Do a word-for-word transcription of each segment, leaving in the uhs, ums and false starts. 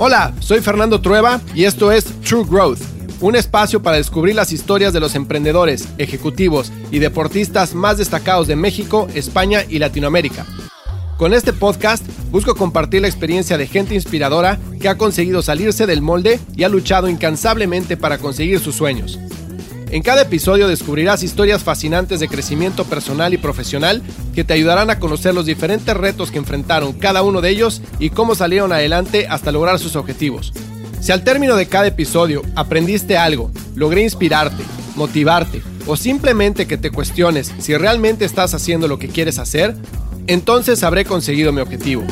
Hola, soy Fernando Trueba y esto es True Growth, un espacio para descubrir las historias de los emprendedores, ejecutivos y deportistas más destacados de México, España y Latinoamérica. Con este podcast busco compartir la experiencia de gente inspiradora que ha conseguido salirse del molde y ha luchado incansablemente para conseguir sus sueños. En cada episodio descubrirás historias fascinantes de crecimiento personal y profesional que te ayudarán a conocer los diferentes retos que enfrentaron cada uno de ellos y cómo salieron adelante hasta lograr sus objetivos. Si al término de cada episodio aprendiste algo, logré inspirarte, motivarte o simplemente que te cuestiones si realmente estás haciendo lo que quieres hacer, entonces habré conseguido mi objetivo.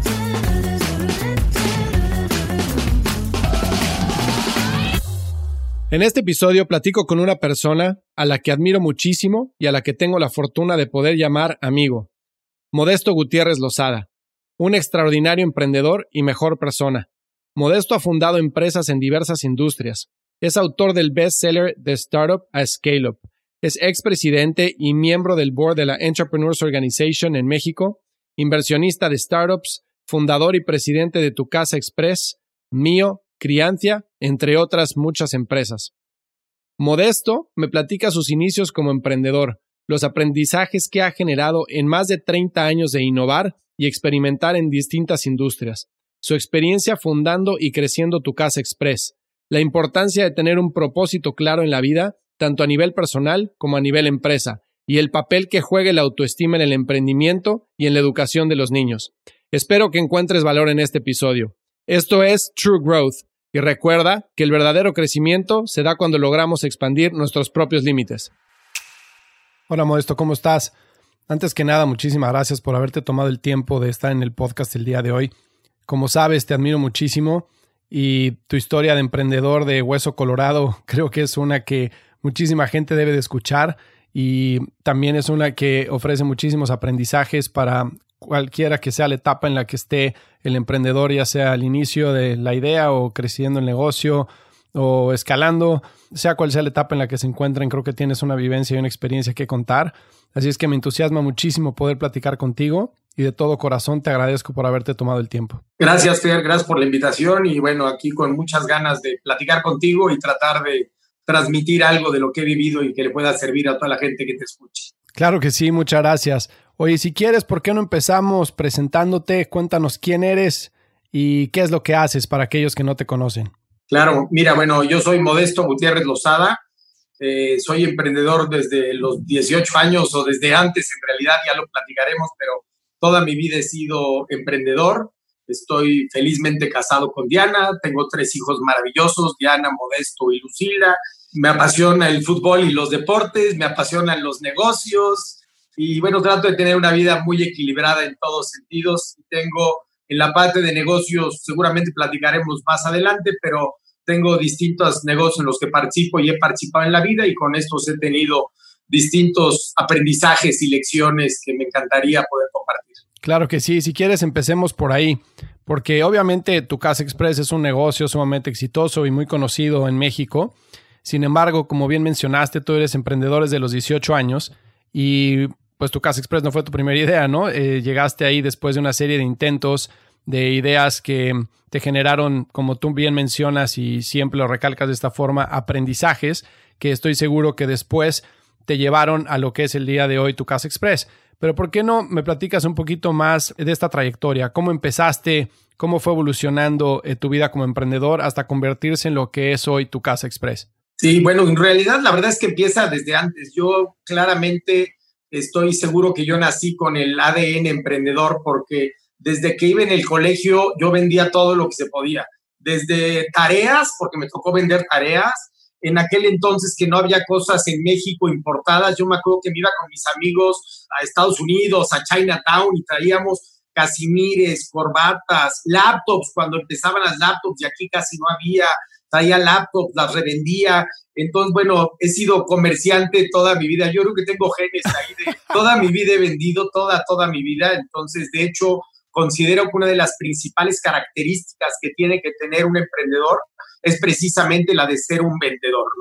En este episodio platico con una persona a la que admiro muchísimo y a la que tengo la fortuna de poder llamar amigo. Modesto Gutiérrez Lozada, un extraordinario emprendedor y mejor persona. Modesto ha fundado empresas en diversas industrias. Es autor del bestseller de Startup a Scale Up. Es expresidente y miembro del board de la Entrepreneurs Organization en México, inversionista de startups, fundador y presidente de Tu Casa Express, Mío, Criantia, entre otras muchas empresas. Modesto me platica sus inicios como emprendedor, los aprendizajes que ha generado en más de treinta años de innovar y experimentar en distintas industrias, su experiencia fundando y creciendo Tu Casa Express, la importancia de tener un propósito claro en la vida, tanto a nivel personal como a nivel empresa, y el papel que juega la autoestima en el emprendimiento y en la educación de los niños. Espero que encuentres valor en este episodio. Esto es True Growth. Y recuerda que el verdadero crecimiento se da cuando logramos expandir nuestros propios límites. Hola Modesto, ¿cómo estás? Antes que nada, muchísimas gracias por haberte tomado el tiempo de estar en el podcast el día de hoy. Como sabes, te admiro muchísimo y tu historia de emprendedor de Hueso Colorado creo que es una que muchísima gente debe de escuchar y también es una que ofrece muchísimos aprendizajes para cualquiera que sea la etapa en la que esté el emprendedor, ya sea al inicio de la idea o creciendo el negocio o escalando, sea cual sea la etapa en la que se encuentren, creo que tienes una vivencia y una experiencia que contar. Así es que me entusiasma muchísimo poder platicar contigo y de todo corazón te agradezco por haberte tomado el tiempo. Gracias, Fer, gracias por la invitación y bueno, aquí con muchas ganas de platicar contigo y tratar de transmitir algo de lo que he vivido y que le pueda servir a toda la gente que te escuche. Claro que sí, muchas gracias. Oye, si quieres, ¿por qué no empezamos presentándote? Cuéntanos quién eres y qué es lo que haces para aquellos que no te conocen. Claro, mira, bueno, yo soy Modesto Gutiérrez Lozada, eh, soy emprendedor desde los dieciocho años o desde antes, en realidad ya lo platicaremos, pero toda mi vida he sido emprendedor. Estoy felizmente casado con Diana, tengo tres hijos maravillosos, Diana, Modesto y Lucila. Me apasiona el fútbol y los deportes, me apasionan los negocios y bueno, trato de tener una vida muy equilibrada en todos sentidos. Tengo en la parte de negocios, seguramente platicaremos más adelante, pero tengo distintos negocios en los que participo y he participado en la vida y con estos he tenido distintos aprendizajes y lecciones que me encantaría poder compartir. Claro que sí, si quieres empecemos por ahí, porque obviamente Tu Casa Express es un negocio sumamente exitoso y muy conocido en México. Sin embargo, como bien mencionaste, tú eres emprendedor desde los dieciocho años y pues Tu Casa Express no fue tu primera idea, ¿no? Eh, llegaste ahí después de una serie de intentos, de ideas que te generaron, como tú bien mencionas y siempre lo recalcas de esta forma, aprendizajes que estoy seguro que después te llevaron a lo que es el día de hoy Tu Casa Express. Pero ¿por qué no me platicas un poquito más de esta trayectoria? ¿Cómo empezaste? ¿Cómo fue evolucionando eh, tu vida como emprendedor hasta convertirse en lo que es hoy Tu Casa Express? Sí, bueno, en realidad la verdad es que empieza desde antes. Yo claramente estoy seguro que yo nací con el A D N emprendedor porque desde que iba en el colegio yo vendía todo lo que se podía. Desde tareas, porque me tocó vender tareas. En aquel entonces que no había cosas en México importadas, yo me acuerdo que me iba con mis amigos a Estados Unidos, a Chinatown y traíamos casimires, corbatas, laptops, cuando empezaban las laptops y aquí casi no había, traía laptops, las revendía. Entonces, bueno, he sido comerciante toda mi vida. Yo creo que tengo genes ahí de toda mi vida he vendido, toda, toda mi vida. Entonces, de hecho, considero que una de las principales características que tiene que tener un emprendedor es precisamente la de ser un vendedor, ¿no?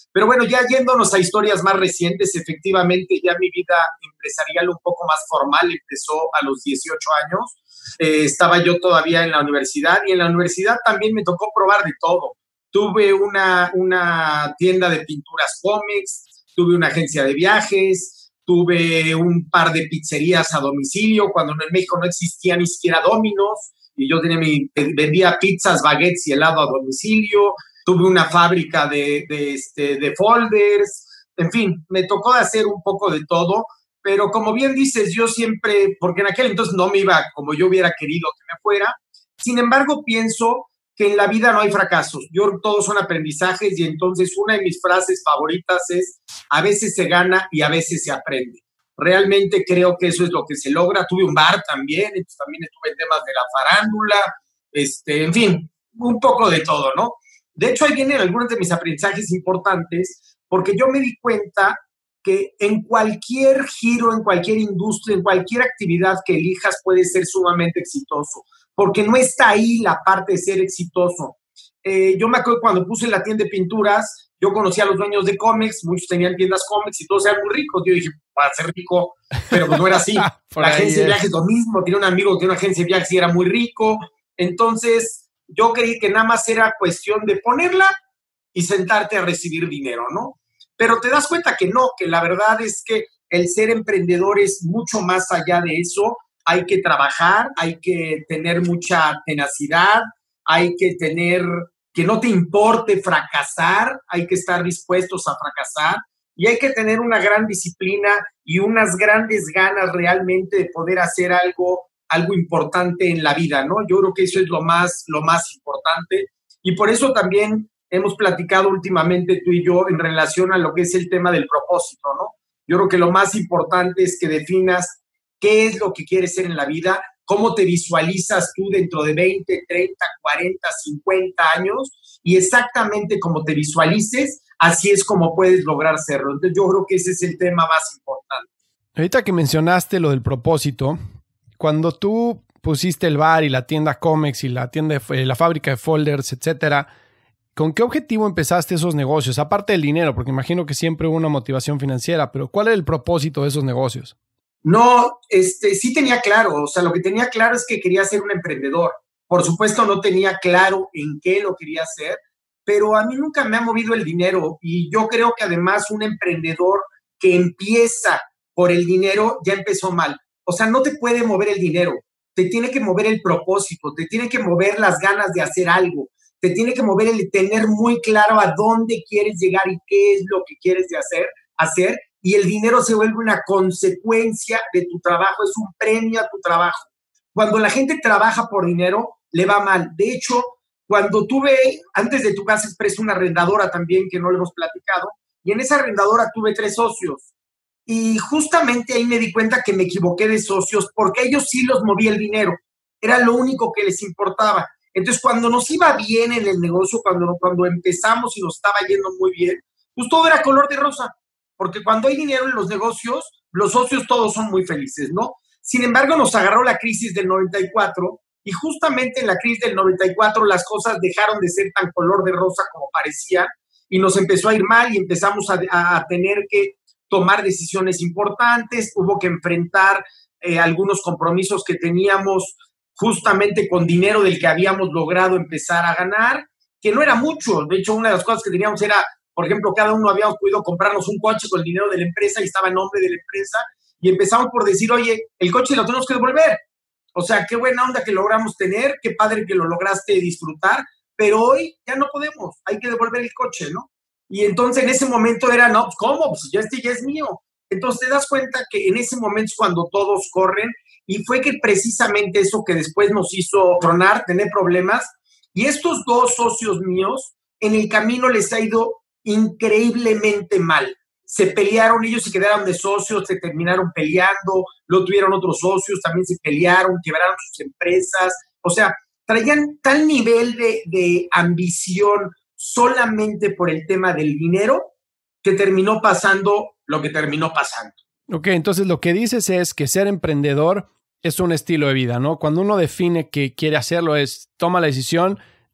Pero bueno, ya yéndonos a historias más recientes, efectivamente ya mi vida empresarial un poco más formal empezó a los dieciocho años. Eh, estaba yo todavía en la universidad y en la universidad también me tocó probar de todo. Tuve una, una tienda de pinturas cómics, tuve una agencia de viajes, tuve un par de pizzerías a domicilio, cuando en México no existía ni siquiera Domino's, y yo tenía mi, vendía pizzas, baguettes y helado a domicilio. Tuve una fábrica de, de, este, de folders, en fin, me tocó hacer un poco de todo, pero como bien dices, yo siempre, porque en aquel entonces no me iba como yo hubiera querido que me fuera, sin embargo pienso que en la vida no hay fracasos, yo todos son aprendizajes y entonces una de mis frases favoritas es, a veces se gana y a veces se aprende. Realmente creo que eso es lo que se logra. Tuve un bar también, entonces también estuve en temas de la farándula, este, en fin, un poco de todo, ¿no? De hecho, ahí vienen algunos de mis aprendizajes importantes, porque yo me di cuenta que en cualquier giro, en cualquier industria, en cualquier actividad que elijas, puedes ser sumamente exitoso, porque no está ahí la parte de ser exitoso. Eh, yo me acuerdo cuando puse la tienda de pinturas, yo conocí a los dueños de cómics, muchos tenían tiendas cómics y todos eran muy ricos. Yo dije, para ser rico, pero pues no era así. La agencia de viajes lo mismo, tenía un amigo que tenía una agencia de viajes y era muy rico. Entonces, yo creí que nada más era cuestión de ponerla y sentarte a recibir dinero, ¿no? Pero te das cuenta que no, que la verdad es que el ser emprendedor es mucho más allá de eso. Hay que trabajar, hay que tener mucha tenacidad, hay que tener, que no te importe fracasar, hay que estar dispuestos a fracasar y hay que tener una gran disciplina y unas grandes ganas realmente de poder hacer algo, algo importante en la vida, ¿no? Yo creo que eso es lo más, lo más importante y por eso también hemos platicado últimamente tú y yo en relación a lo que es el tema del propósito, ¿no? Yo creo que lo más importante es que definas qué es lo que quieres ser en la vida, cómo te visualizas tú dentro de veinte, treinta, cuarenta, cincuenta años y exactamente como te visualices, así es como puedes lograr serlo. Entonces yo creo que ese es el tema más importante. Ahorita que mencionaste lo del propósito, cuando tú pusiste el bar y la tienda Comex y la tienda, de, la fábrica de folders, etcétera, ¿con qué objetivo empezaste esos negocios? Aparte del dinero, porque imagino que siempre hubo una motivación financiera, pero ¿cuál era el propósito de esos negocios? No, este, sí tenía claro, o sea, lo que tenía claro es que quería ser un emprendedor. Por supuesto, no tenía claro en qué lo quería hacer, pero a mí nunca me ha movido el dinero y yo creo que además un emprendedor que empieza por el dinero ya empezó mal. O sea, no te puede mover el dinero, te tiene que mover el propósito, te tiene que mover las ganas de hacer algo, te tiene que mover el tener muy claro a dónde quieres llegar y qué es lo que quieres de hacer, hacer. Y el dinero se vuelve una consecuencia de tu trabajo, es un premio a tu trabajo. Cuando la gente trabaja por dinero, le va mal. De hecho, cuando tuve, antes de Tu Casa Express, una arrendadora también, que no le hemos platicado, y en esa arrendadora tuve tres socios. Y justamente ahí me di cuenta que me equivoqué de socios, porque a ellos sí los movía el dinero. Era lo único que les importaba. Entonces, cuando nos iba bien en el negocio, cuando, cuando empezamos y nos estaba yendo muy bien, pues todo era color de rosa. Porque cuando hay dinero en los negocios, los socios todos son muy felices, ¿no? Sin embargo, nos agarró la crisis del noventa y cuatro y justamente en la crisis del noventa y cuatro las cosas dejaron de ser tan color de rosa como parecían y nos empezó a ir mal y empezamos a, a tener que tomar decisiones importantes, hubo que enfrentar eh, algunos compromisos que teníamos justamente con dinero del que habíamos logrado empezar a ganar, que no era mucho. De hecho, una de las cosas que teníamos era, por ejemplo, cada uno habíamos podido comprarnos un coche con el dinero de la empresa y estaba en nombre de la empresa y empezamos por decir, oye, el coche lo tenemos que devolver. O sea, qué buena onda que logramos tener, qué padre que lo lograste disfrutar, pero hoy ya no podemos, hay que devolver el coche, ¿no? Y entonces en ese momento era, no, ¿cómo? Pues ya este ya es mío. Entonces te das cuenta que en ese momento es cuando todos corren y fue que precisamente eso que después nos hizo tronar, tener problemas. Y estos dos socios míos, en el camino les ha ido increíblemente mal. Se pelearon, ellos se quedaron de socios, se terminaron peleando, luego tuvieron otros socios, también se pelearon, quebraron sus empresas. O sea, traían tal nivel de, de ambición solamente por el tema del dinero que terminó pasando lo que terminó pasando. Ok, entonces lo que dices es que ser emprendedor es un estilo de vida, ¿no? Cuando uno define que quiere hacerlo, es toma la decisión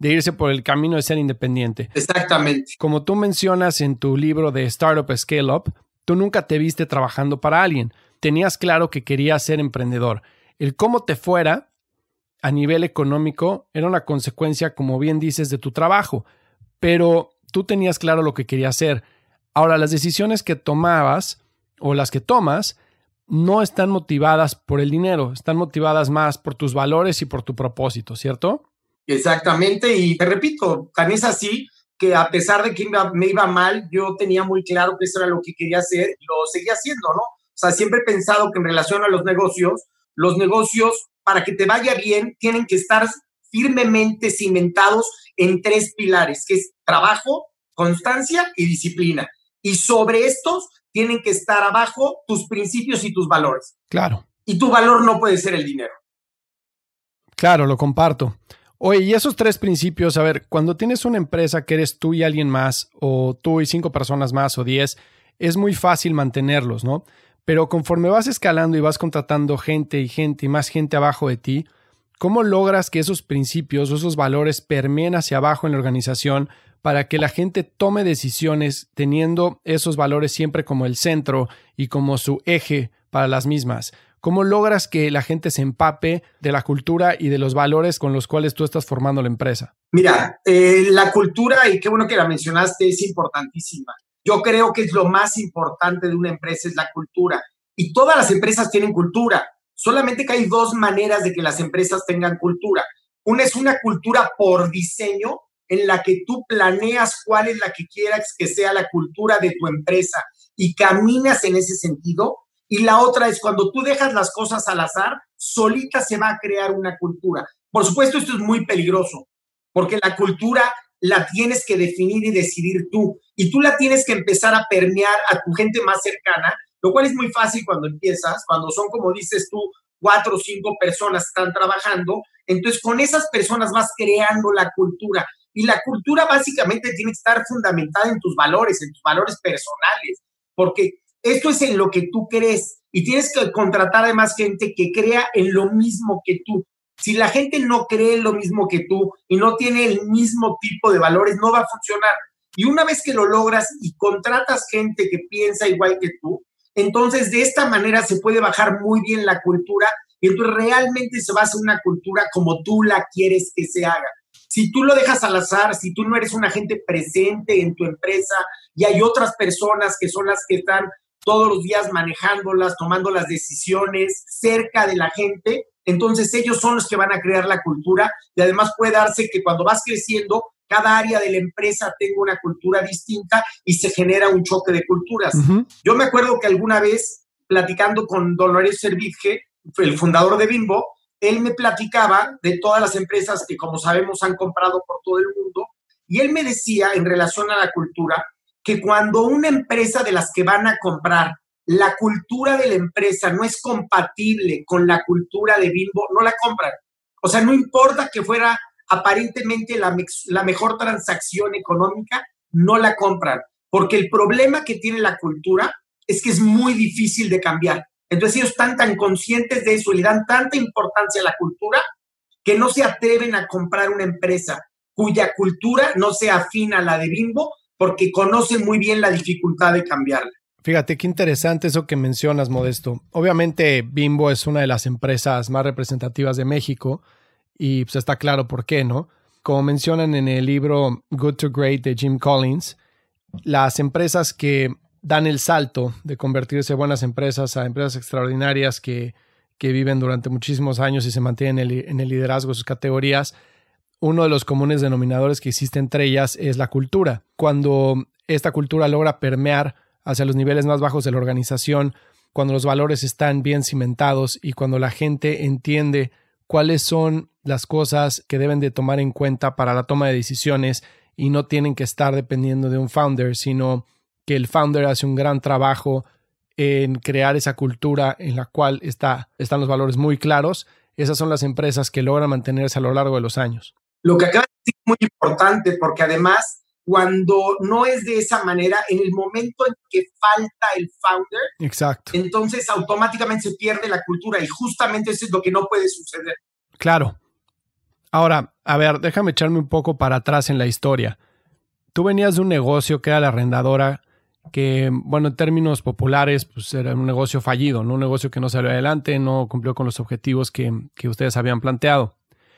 de irse por el camino de ser independiente. Exactamente. Como tú mencionas en tu libro de Startup Scale Up, tú nunca te viste trabajando para alguien. Tenías claro que querías ser emprendedor. El cómo te fuera a nivel económico era una consecuencia, como bien dices, de tu trabajo. Pero tú tenías claro lo que querías hacer. Ahora, las decisiones que tomabas o las que tomas no están motivadas por el dinero, están motivadas más por tus valores y por tu propósito, ¿cierto? Exactamente, y te repito, tan es así que a pesar de que me iba mal, yo tenía muy claro que eso era lo que quería hacer y lo seguía haciendo, ¿no? O sea, siempre he pensado que en relación a los negocios, los negocios, para que te vaya bien, tienen que estar firmemente cimentados en tres pilares, que es trabajo, constancia y disciplina. Y sobre estos tienen que estar abajo tus principios y tus valores. Claro. Y tu valor no puede ser el dinero. Claro, lo comparto. Oye, y esos tres principios, a ver, cuando tienes una empresa que eres tú y alguien más, o tú y cinco personas más, o diez, es muy fácil mantenerlos, ¿no? Pero conforme vas escalando y vas contratando gente y gente y más gente abajo de ti, ¿cómo logras que esos principios o esos valores permeen hacia abajo en la organización para que la gente tome decisiones teniendo esos valores siempre como el centro y como su eje para las mismas? ¿Cómo logras que la gente se empape de la cultura y de los valores con los cuales tú estás formando la empresa? Mira, eh, la cultura, y qué bueno que la mencionaste, es importantísima. Yo creo que es lo más importante de una empresa, es la cultura. Y todas las empresas tienen cultura. Solamente que hay dos maneras de que las empresas tengan cultura. Una es una cultura por diseño, en la que tú planeas cuál es la que quieras que sea la cultura de tu empresa y caminas en ese sentido. Y la otra es cuando tú dejas las cosas al azar, solita se va a crear una cultura. Por supuesto, esto es muy peligroso, porque la cultura la tienes que definir y decidir tú. Y tú la tienes que empezar a permear a tu gente más cercana, lo cual es muy fácil cuando empiezas, cuando son, como dices tú, cuatro o cinco personas que están trabajando. Entonces, con esas personas vas creando la cultura. Y la cultura básicamente tiene que estar fundamentada en tus valores, en tus valores personales, porque esto es en lo que tú crees y tienes que contratar además gente que crea en lo mismo que tú. Si la gente no cree en lo mismo que tú y no tiene el mismo tipo de valores, no va a funcionar. Y una vez que lo logras y contratas gente que piensa igual que tú, entonces de esta manera se puede bajar muy bien la cultura y entonces realmente se va a hacer una cultura como tú la quieres que se haga. Si tú lo dejas al azar, si tú no eres un agente presente en tu empresa y hay otras personas que son las que están todos los días manejándolas, tomando las decisiones cerca de la gente, entonces ellos son los que van a crear la cultura y además puede darse que cuando vas creciendo, cada área de la empresa tenga una cultura distinta y se genera un choque de culturas. Uh-huh. Yo me acuerdo que alguna vez, platicando con don Lorenzo Servitje, el fundador de Bimbo, él me platicaba de todas las empresas que, como sabemos, han comprado por todo el mundo y él me decía, en relación a la cultura, que cuando una empresa de las que van a comprar, la cultura de la empresa no es compatible con la cultura de Bimbo, no la compran. O sea, no importa que fuera aparentemente la, me- la mejor transacción económica, no la compran. Porque el problema que tiene la cultura es que es muy difícil de cambiar. Entonces ellos están tan conscientes de eso y le dan tanta importancia a la cultura que no se atreven a comprar una empresa cuya cultura no sea afín a la de Bimbo, porque conocen muy bien la dificultad de cambiarla. Fíjate qué interesante eso que mencionas, Modesto. Obviamente Bimbo es una de las empresas más representativas de México y pues está claro por qué, ¿no? Como mencionan en el libro Good to Great de Jim Collins, las empresas que dan el salto de convertirse en buenas empresas a empresas extraordinarias que, que viven durante muchísimos años y se mantienen en el, en el liderazgo de sus categorías, uno de los comunes denominadores que existe entre ellas es la cultura. Cuando esta cultura logra permear hacia los niveles más bajos de la organización, cuando los valores están bien cimentados y cuando la gente entiende cuáles son las cosas que deben de tomar en cuenta para la toma de decisiones y no tienen que estar dependiendo de un founder, sino que el founder hace un gran trabajo en crear esa cultura en la cual está, están los valores muy claros. Esas son las empresas que logran mantenerse a lo largo de los años. Lo que acabas de decir es muy importante porque además, cuando no es de esa manera, en el momento en que falta el founder, exacto, entonces automáticamente se pierde la cultura y justamente eso es lo que no puede suceder. Claro. Ahora, a ver, déjame echarme un poco para atrás en la historia. Tú venías de un negocio que era la arrendadora, que, bueno, en términos populares, pues era un negocio fallido, ¿no? Un negocio que no salió adelante, no cumplió con los objetivos que, que ustedes habían planteado.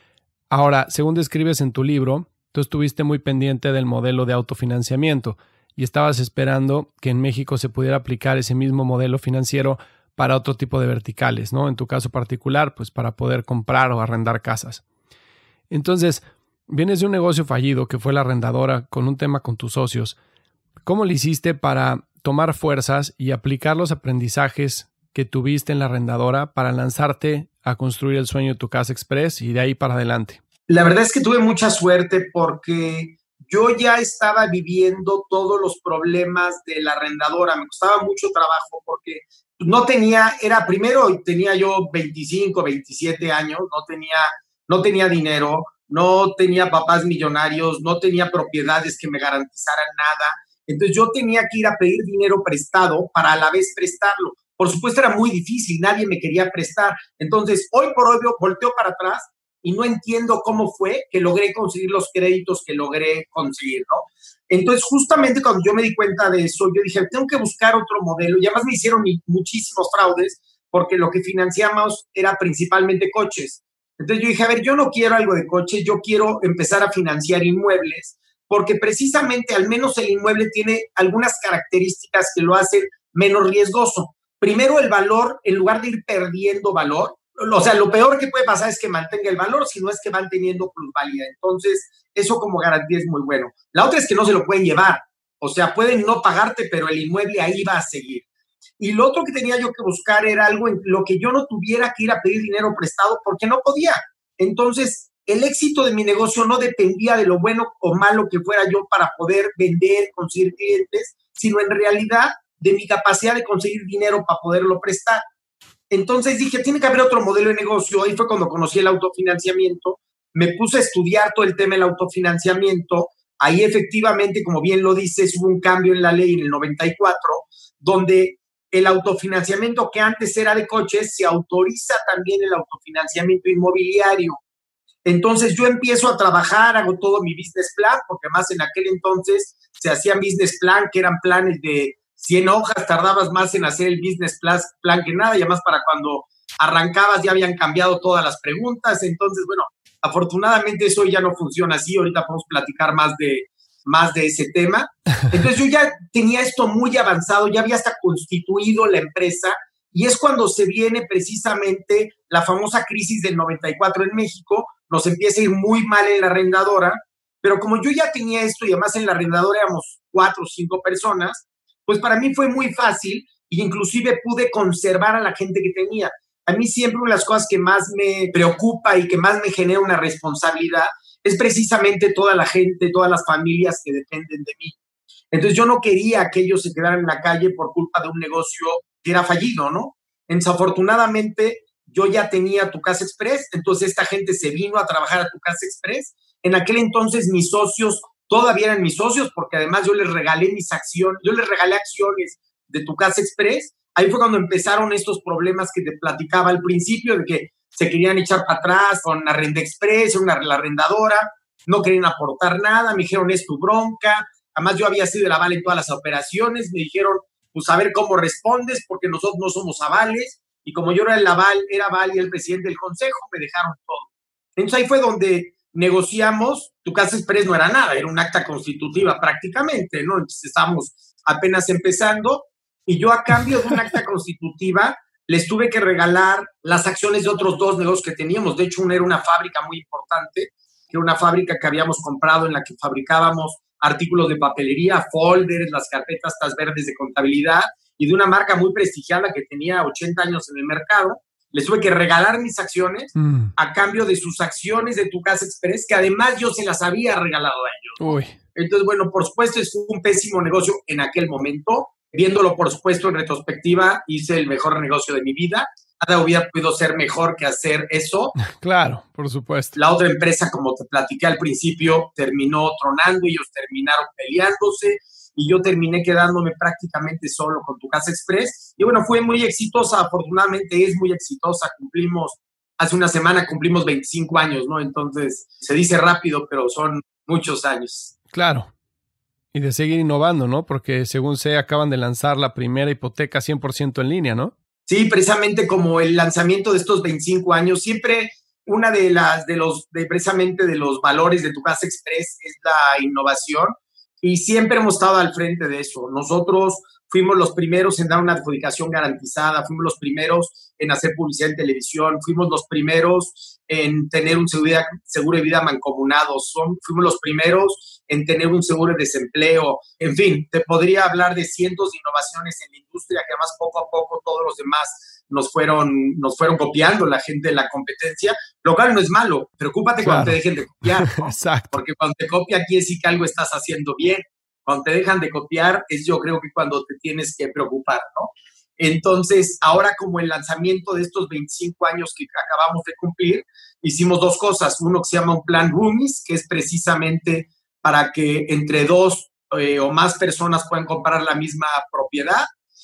Ahora, según describes en tu libro, tú estuviste muy pendiente del modelo de autofinanciamiento y estabas esperando que en México se pudiera aplicar ese mismo modelo financiero para otro tipo de verticales, ¿no? En tu caso particular, pues para poder comprar o arrendar casas. Entonces, vienes de un negocio fallido que fue la arrendadora con un tema con tus socios. ¿Cómo le hiciste para tomar fuerzas y aplicar los aprendizajes que tuviste en la arrendadora para lanzarte a construir el sueño de tu casa express y de ahí para adelante? La verdad es que tuve mucha suerte porque yo ya estaba viviendo todos los problemas de la arrendadora. Me costaba mucho trabajo porque no tenía, era primero, tenía yo veinticinco, veintisiete años, no tenía, no tenía dinero, no tenía papás millonarios, no tenía propiedades que me garantizaran nada. Entonces yo tenía que ir a pedir dinero prestado para a la vez prestarlo. Por supuesto era muy difícil, nadie me quería prestar. Entonces hoy por hoy volteo para atrás y no entiendo cómo fue que logré conseguir los créditos que logré conseguir, ¿no? Entonces justamente cuando yo me di cuenta de eso, yo dije, tengo que buscar otro modelo. Y además me hicieron muchísimos fraudes porque lo que financiamos era principalmente coches. Entonces yo dije, a ver, yo no quiero algo de coches, yo quiero empezar a financiar inmuebles, porque precisamente al menos el inmueble tiene algunas características que lo hacen menos riesgoso. Primero, el valor, en lugar de ir perdiendo valor, o sea, lo peor que puede pasar es que mantenga el valor, si no es que van teniendo plusvalía. Entonces, eso como garantía es muy bueno. La otra es que no se lo pueden llevar, o sea, pueden no pagarte, pero el inmueble ahí va a seguir. Y lo otro que tenía yo que buscar era algo en lo que yo no tuviera que ir a pedir dinero prestado porque no podía. Entonces, el éxito de mi negocio no dependía de lo bueno o malo que fuera yo para poder vender, conseguir clientes, sino en realidad de mi capacidad de conseguir dinero para poderlo prestar. Entonces dije, tiene que haber otro modelo de negocio. Ahí fue cuando conocí el autofinanciamiento. Me puse a estudiar todo el tema del autofinanciamiento. Ahí efectivamente, como bien lo dices, hubo un cambio en la ley en el noventa y cuatro, donde el autofinanciamiento que antes era de coches, se autoriza también el autofinanciamiento inmobiliario. Entonces yo empiezo a trabajar, hago todo mi business plan, porque más en aquel entonces se hacían business plan, que eran planes de cien hojas, tardabas más en hacer el business plan que nada, y además para cuando arrancabas ya habían cambiado todas las preguntas. Entonces, bueno, afortunadamente eso ya no funciona así, ahorita podemos platicar más de, más de ese tema. Entonces yo ya tenía esto muy avanzado, ya había hasta constituido la empresa, y es cuando se viene precisamente la famosa crisis del noventa y cuatro en México. Nos empieza a ir muy mal en la arrendadora, pero como yo ya tenía esto y además en la arrendadora éramos cuatro o cinco personas, pues para mí fue muy fácil e inclusive pude conservar a la gente que tenía. A mí siempre una de las cosas que más me preocupa y que más me genera una responsabilidad es precisamente toda la gente, todas las familias que dependen de mí. Entonces yo no quería que ellos se quedaran en la calle por culpa de un negocio que era fallido, ¿no? Desafortunadamente yo ya tenía Tu Casa Express, entonces esta gente se vino a trabajar a Tu Casa Express. En aquel entonces mis socios todavía eran mis socios, porque además yo les regalé mis acciones, yo les regalé acciones de Tu Casa Express. Ahí fue cuando empezaron estos problemas que te platicaba al principio, de que se querían echar para atrás con Arrenda Express, una, la arrendadora, no querían aportar nada, me dijeron, es tu bronca. Además yo había sido el aval en todas las operaciones, me dijeron, pues a ver cómo respondes, porque nosotros no somos avales, y como yo era el aval, era aval y el presidente del consejo, me dejaron todo. Entonces ahí fue donde negociamos. Tu Casa Express no era nada, era un acta constitutiva prácticamente, ¿no? Entonces estábamos apenas empezando, y yo a cambio de un acta constitutiva les tuve que regalar las acciones de otros dos negocios que teníamos. De hecho, una era una fábrica muy importante, que era una fábrica que habíamos comprado en la que fabricábamos artículos de papelería, folders, las carpetas estas verdes de contabilidad, y de una marca muy prestigiada que tenía ochenta años en el mercado. Les tuve que regalar mis acciones mm. a cambio de sus acciones de Tu Casa Express, que además yo se las había regalado a ellos. Uy. Entonces, bueno, por supuesto, es un pésimo negocio en aquel momento. Viéndolo, por supuesto, en retrospectiva, hice el mejor negocio de mi vida. Nada hubiera podido ser mejor que hacer eso. Claro, por supuesto. La otra empresa, como te platiqué al principio, terminó tronando, ellos terminaron peleándose, y yo terminé quedándome prácticamente solo con Tu Casa Express. Y bueno, fue muy exitosa, afortunadamente es muy exitosa. Cumplimos hace una semana cumplimos veinticinco años, ¿no? Entonces, se dice rápido, pero son muchos años. Claro. Y de seguir innovando, ¿no? Porque según sé, acaban de lanzar la primera hipoteca cien por ciento en línea, ¿no? Sí, precisamente como el lanzamiento de estos veinticinco años, siempre una de las, de los, de precisamente de los valores de Tu Casa Express es la innovación y siempre hemos estado al frente de eso. Nosotros fuimos los primeros en dar una adjudicación garantizada, fuimos los primeros en hacer publicidad en televisión, fuimos los primeros en tener un seguro, seguro de vida mancomunado, son, fuimos los primeros en tener un seguro de desempleo. En fin, te podría hablar de cientos de innovaciones en la industria que además poco a poco todos los demás nos fueron, nos fueron copiando, la gente de la competencia, lo cual no es malo. Preocúpate claro. cuando te dejen de copiar, ¿no? Exacto. Porque cuando te copia quiere decir que algo estás haciendo bien. Cuando te dejan de copiar es yo creo que cuando te tienes que preocupar, ¿no? Entonces, ahora como el lanzamiento de estos veinticinco años que acabamos de cumplir, hicimos dos cosas. Uno que se llama un plan Roomies, que es precisamente para que entre dos eh, o más personas puedan comprar la misma propiedad.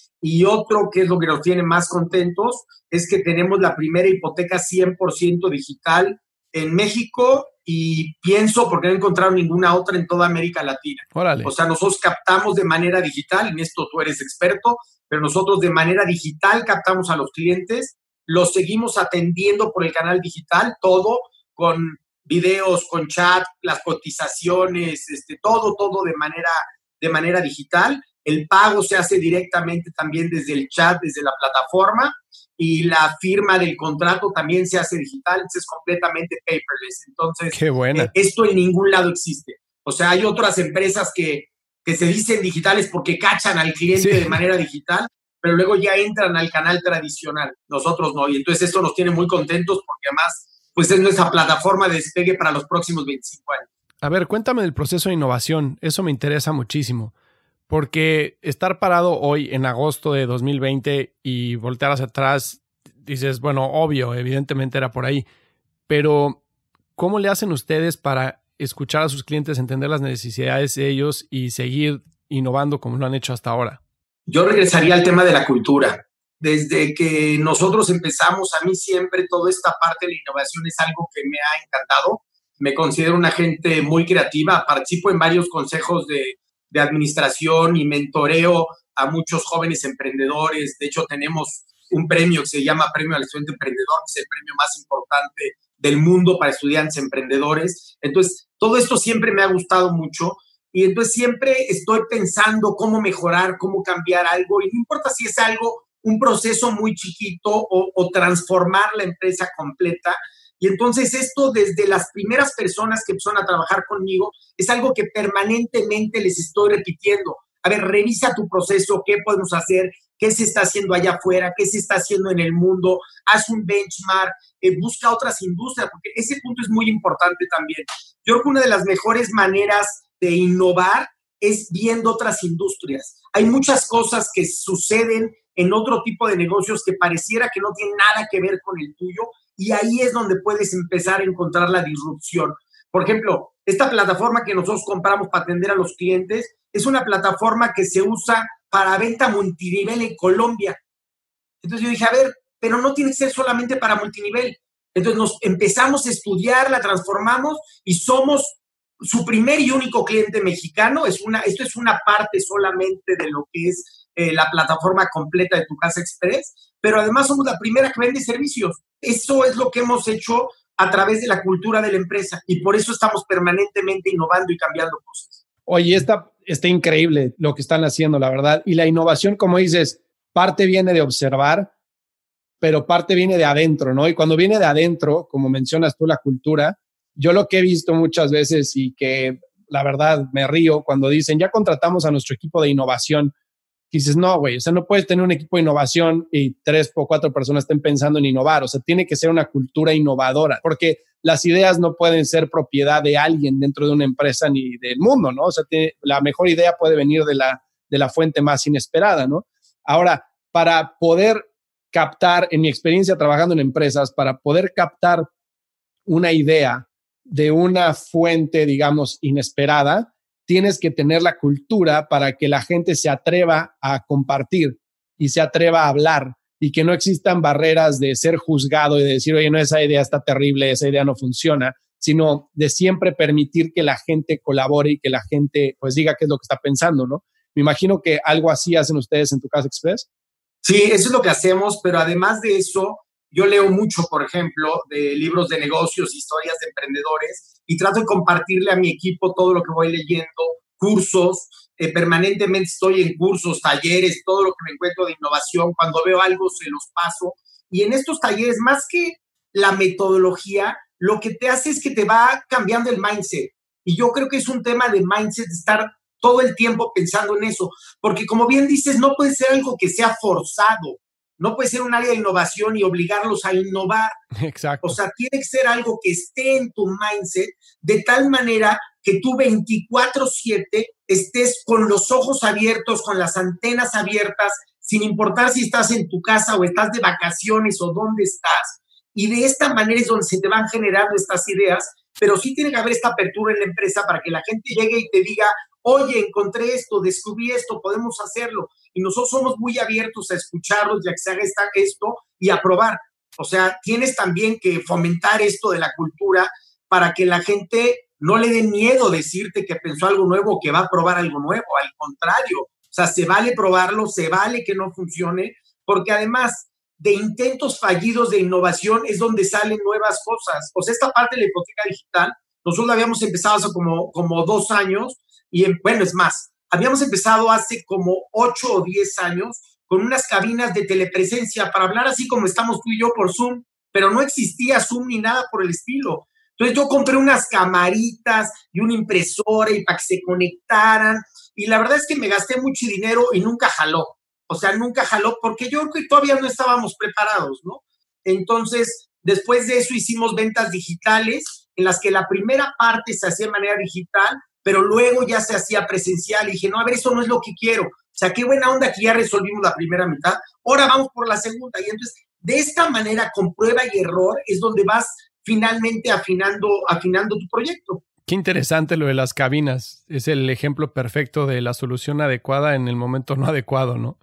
Y otro, que es lo que nos tiene más contentos, es que tenemos la primera hipoteca cien por ciento digital en México y pienso, porque no he encontrado ninguna otra en toda América Latina. Órale. O sea, nosotros captamos de manera digital, en esto tú eres experto, pero nosotros de manera digital captamos a los clientes, los seguimos atendiendo por el canal digital, todo con videos, con chat, las cotizaciones, este, todo, todo de manera, de manera digital. El pago se hace directamente también desde el chat, desde la plataforma, y la firma del contrato también se hace digital, es completamente paperless. Entonces, Qué buena. Eh, esto en ningún lado existe. O sea, hay otras empresas que, que se dicen digitales porque cachan al cliente Sí. de manera digital, pero luego ya entran al canal tradicional. Nosotros no, y entonces esto nos tiene muy contentos porque además, pues es nuestra plataforma de despegue para los próximos veinticinco años. A ver, cuéntame del proceso de innovación. Eso me interesa muchísimo. Porque estar parado hoy en agosto de dos mil veinte y voltear hacia atrás, dices, bueno, obvio, evidentemente era por ahí. Pero, ¿cómo le hacen ustedes para escuchar a sus clientes, entender las necesidades de ellos y seguir innovando como lo han hecho hasta ahora? Yo regresaría al tema de la cultura. Desde que nosotros empezamos, a mí siempre toda esta parte de la innovación es algo que me ha encantado. Me considero una gente muy creativa. Participo en varios consejos de, de administración y mentoreo a muchos jóvenes emprendedores. De hecho, tenemos un premio que se llama Premio al Estudiante Emprendedor, que es el premio más importante del mundo para estudiantes emprendedores. Entonces, todo esto siempre me ha gustado mucho. Y entonces siempre estoy pensando cómo mejorar, cómo cambiar algo. Y no importa si es algo, un proceso muy chiquito o, o transformar la empresa completa. Y entonces esto desde las primeras personas que empezaron a trabajar conmigo es algo que permanentemente les estoy repitiendo. A ver, revisa tu proceso, qué podemos hacer, qué se está haciendo allá afuera, qué se está haciendo en el mundo, haz un benchmark, eh, busca otras industrias, porque ese punto es muy importante también. Yo creo que una de las mejores maneras de innovar es viendo otras industrias. Hay muchas cosas que suceden en otro tipo de negocios que pareciera que no tienen nada que ver con el tuyo y ahí es donde puedes empezar a encontrar la disrupción. Por ejemplo, esta plataforma que nosotros compramos para atender a los clientes es una plataforma que se usa para venta multinivel en Colombia. Entonces yo dije, a ver, pero no tiene que ser solamente para multinivel. Entonces nos empezamos a estudiar, la transformamos y somos su primer y único cliente mexicano. Es una, esto es una parte solamente de lo que es eh, la plataforma completa de Tu Casa Express, pero además somos la primera que vende servicios. Eso es lo que hemos hecho a través de la cultura de la empresa y por eso estamos permanentemente innovando y cambiando cosas. Oye, está, está increíble lo que están haciendo, la verdad. Y la innovación, como dices, parte viene de observar, pero parte viene de adentro, ¿no? Y cuando viene de adentro, como mencionas tú, la cultura, yo lo que he visto muchas veces y que la verdad me río cuando dicen, ya contratamos a nuestro equipo de innovación. Y dices, no, güey, o sea, no puedes tener un equipo de innovación y tres o cuatro personas estén pensando en innovar. O sea, tiene que ser una cultura innovadora, porque las ideas no pueden ser propiedad de alguien dentro de una empresa ni del mundo, ¿no? O sea, tiene, la mejor idea puede venir de la, de la fuente más inesperada, ¿no? Ahora, para poder captar, en mi experiencia trabajando en empresas, para poder captar una idea de una fuente, digamos, inesperada, tienes que tener la cultura para que la gente se atreva a compartir y se atreva a hablar y que no existan barreras de ser juzgado y de decir, oye, no, esa idea está terrible, esa idea no funciona, sino de siempre permitir que la gente colabore y que la gente pues diga qué es lo que está pensando, ¿no? Me imagino que algo así hacen ustedes en Tu Casa Express. Sí, eso es lo que hacemos, pero además de eso, yo leo mucho, por ejemplo, de libros de negocios, historias de emprendedores, y trato de compartirle a mi equipo todo lo que voy leyendo, cursos, eh, permanentemente estoy en cursos, talleres, todo lo que me encuentro de innovación. Cuando veo algo se los paso. Y en estos talleres, más que la metodología, lo que te hace es que te va cambiando el mindset. Y yo creo que es un tema de mindset, de estar todo el tiempo pensando en eso. Porque como bien dices, no puede ser algo que sea forzado. No puede ser un área de innovación y obligarlos a innovar. Exacto. O sea, tiene que ser algo que esté en tu mindset de tal manera que tú veinticuatro siete estés con los ojos abiertos, con las antenas abiertas, sin importar si estás en tu casa o estás de vacaciones o dónde estás. Y de esta manera es donde se te van generando estas ideas, pero sí tiene que haber esta apertura en la empresa para que la gente llegue y te diga, oye, encontré esto, descubrí esto, podemos hacerlo. Y nosotros somos muy abiertos a escucharlos y a que se haga esta, esto y a probar. O sea, tienes también que fomentar esto de la cultura para que la gente no le dé miedo decirte que pensó algo nuevo o que va a probar algo nuevo. Al contrario, o sea, se vale probarlo, se vale que no funcione, porque además de intentos fallidos de innovación es donde salen nuevas cosas. O sea, esta parte de la hipoteca digital, nosotros la habíamos empezado hace como, como dos años y, en, bueno, es más, habíamos empezado hace como ocho o diez años con unas cabinas de telepresencia para hablar así como estamos tú y yo por Zoom, pero no existía Zoom ni nada por el estilo. Entonces yo compré unas camaritas y una impresora y para que se conectaran, y la verdad es que me gasté mucho dinero y nunca jaló. O sea, nunca jaló porque yo creo que todavía no estábamos preparados, ¿no? Entonces, después de eso hicimos ventas digitales en las que la primera parte se hacía de manera digital, pero luego ya se hacía presencial. Y dije, no, a ver, eso no es lo que quiero. O sea, qué buena onda que ya resolvimos la primera mitad. Ahora vamos por la segunda. Y entonces, de esta manera, con prueba y error, es donde vas finalmente afinando, afinando tu proyecto. Qué interesante lo de las cabinas. Es el ejemplo perfecto de la solución adecuada en el momento no adecuado, ¿no?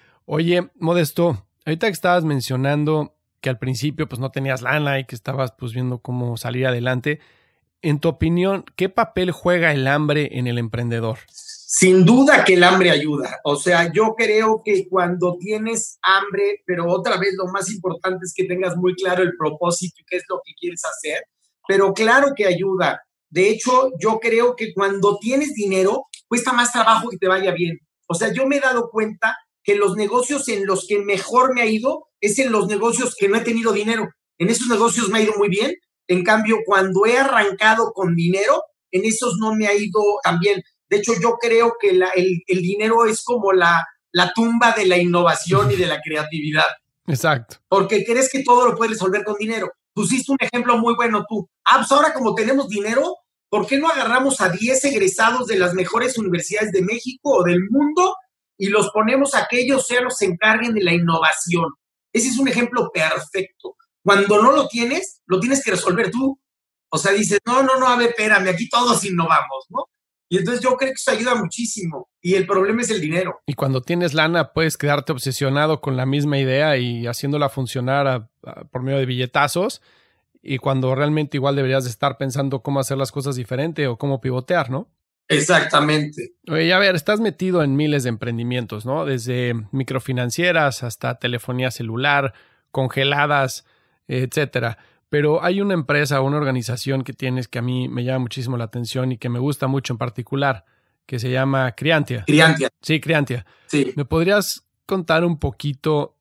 Oye, Modesto, ahorita que estabas mencionando que al principio pues no tenías lana y que estabas pues viendo cómo salir adelante, en tu opinión, ¿qué papel juega el hambre en el emprendedor? Sin duda que el hambre ayuda. O sea, yo creo que cuando tienes hambre, pero otra vez lo más importante es que tengas muy claro el propósito y qué es lo que quieres hacer, pero claro que ayuda. De hecho, yo creo que cuando tienes dinero, cuesta más trabajo que te vaya bien. O sea, yo me he dado cuenta que los negocios en los que mejor me ha ido es en los negocios que no he tenido dinero. En esos negocios me ha ido muy bien. En cambio, cuando he arrancado con dinero, en esos no me ha ido tan bien. De hecho, yo creo que la, el, el dinero es como la, la tumba de la innovación y de la creatividad. Exacto. Porque crees que todo lo puedes resolver con dinero. Pusiste un ejemplo muy bueno tú. Ah, pues ahora como tenemos dinero, ¿por qué no agarramos a diez egresados de las mejores universidades de México o del mundo y los ponemos a que ellos sean los que se encarguen de la innovación? Ese es un ejemplo perfecto. Cuando no lo tienes, lo tienes que resolver tú. O sea, dices, no, no, no, a ver, espérame, aquí todos innovamos, ¿no? Y entonces yo creo que eso ayuda muchísimo. Y el problema es el dinero. Y cuando tienes lana, puedes quedarte obsesionado con la misma idea y haciéndola funcionar a, a, por medio de billetazos. Y cuando realmente igual deberías de estar pensando cómo hacer las cosas diferente o cómo pivotear, ¿no? Exactamente. Oye, a ver, estás metido en miles de emprendimientos, ¿no? Desde microfinancieras hasta telefonía celular, congeladas, etcétera. Pero hay una empresa o una organización que tienes que a mí me llama muchísimo la atención y que me gusta mucho en particular, que se llama Criantia. Criantia. Sí, Criantia. Sí. ¿Me podrías contar un poquito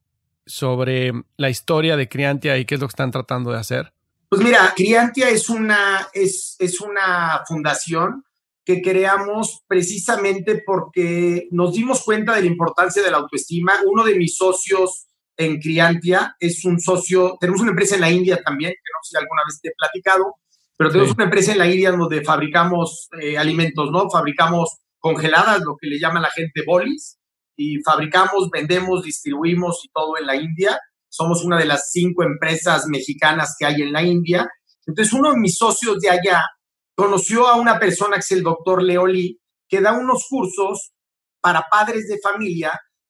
sobre la historia de Criantia y qué es lo que están tratando de hacer? Pues mira, Criantia es una, es, es una fundación que creamos precisamente porque nos dimos cuenta de la importancia de la autoestima. Uno de mis socios en Criantia es un socio, tenemos una empresa en la India también, que no sé si alguna vez te he platicado, pero tenemos sí. una empresa en la India donde fabricamos eh, alimentos, ¿no? Fabricamos congeladas, lo que le llama la gente bolis, y fabricamos, vendemos, distribuimos y todo en la India. Somos una de las cinco empresas mexicanas que hay en la India. Entonces, uno de mis socios de allá conoció a una persona que es el doctor Leo Lee, que da unos cursos para padres de familia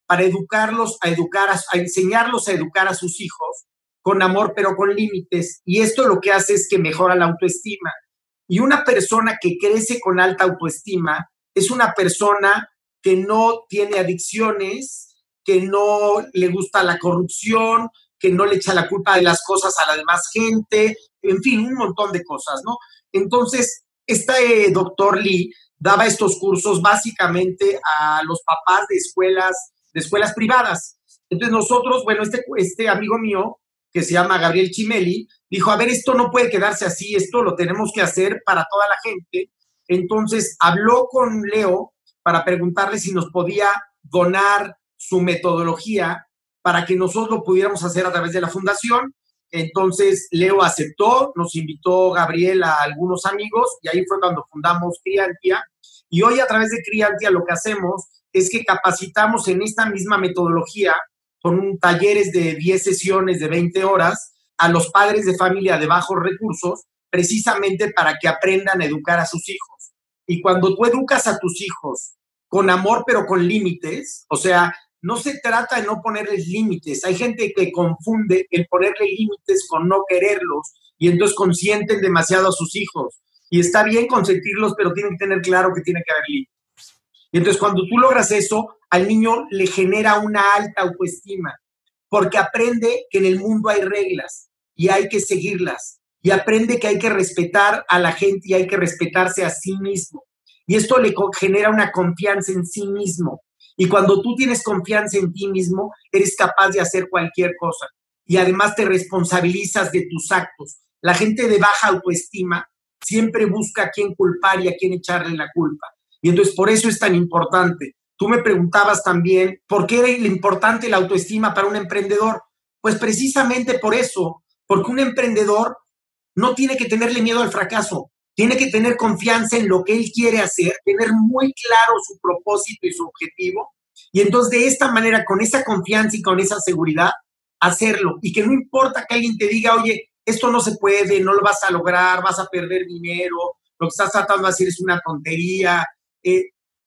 para educarlos, a educar, a, a enseñarlos a educar a sus hijos con amor, pero con límites. Y esto lo que hace es que mejora la autoestima. Y una persona que crece con alta autoestima es una persona que no tiene adicciones, que no le gusta la corrupción, que no le echa la culpa de las cosas a la demás gente, en fin, un montón de cosas, ¿no? Entonces, este doctor Lee daba estos cursos básicamente a los papás de escuelas, de escuelas privadas. Entonces nosotros, bueno, este, este amigo mío, que se llama Gabriel Chimeli, dijo, a ver, esto no puede quedarse así, esto lo tenemos que hacer para toda la gente. Entonces habló con Leo para preguntarle si nos podía donar su metodología para que nosotros lo pudiéramos hacer a través de la fundación. Entonces Leo aceptó, nos invitó Gabriel a algunos amigos y ahí fue cuando fundamos Criantia. Y hoy a través de Criantia lo que hacemos es que capacitamos en esta misma metodología con talleres de diez sesiones de veinte horas a los padres de familia de bajos recursos, precisamente para que aprendan a educar a sus hijos. Y cuando tú educas a tus hijos con amor pero con límites, o sea, no se trata de no ponerles límites. Hay gente que confunde el ponerle límites con no quererlos y entonces consienten demasiado a sus hijos. Y está bien consentirlos, pero tienen que tener claro que tiene que haber límites. Y entonces cuando tú logras eso, al niño le genera una alta autoestima, porque aprende que en el mundo hay reglas y hay que seguirlas. Y aprende que hay que respetar a la gente y hay que respetarse a sí mismo. Y esto le genera una confianza en sí mismo. Y cuando tú tienes confianza en ti mismo, eres capaz de hacer cualquier cosa. Y además te responsabilizas de tus actos. La gente de baja autoestima siempre busca a quién culpar y a quién echarle la culpa. Y entonces por eso es tan importante. Tú me preguntabas también, ¿por qué era importante la autoestima para un emprendedor? Pues precisamente por eso, porque un emprendedor no tiene que tenerle miedo al fracaso. Tiene que tener confianza en lo que él quiere hacer, tener muy claro su propósito y su objetivo. Y entonces de esta manera, con esa confianza y con esa seguridad, hacerlo. Y que no importa que alguien te diga, oye, esto no se puede, no lo vas a lograr, vas a perder dinero, lo que estás tratando de hacer es una tontería. Eh,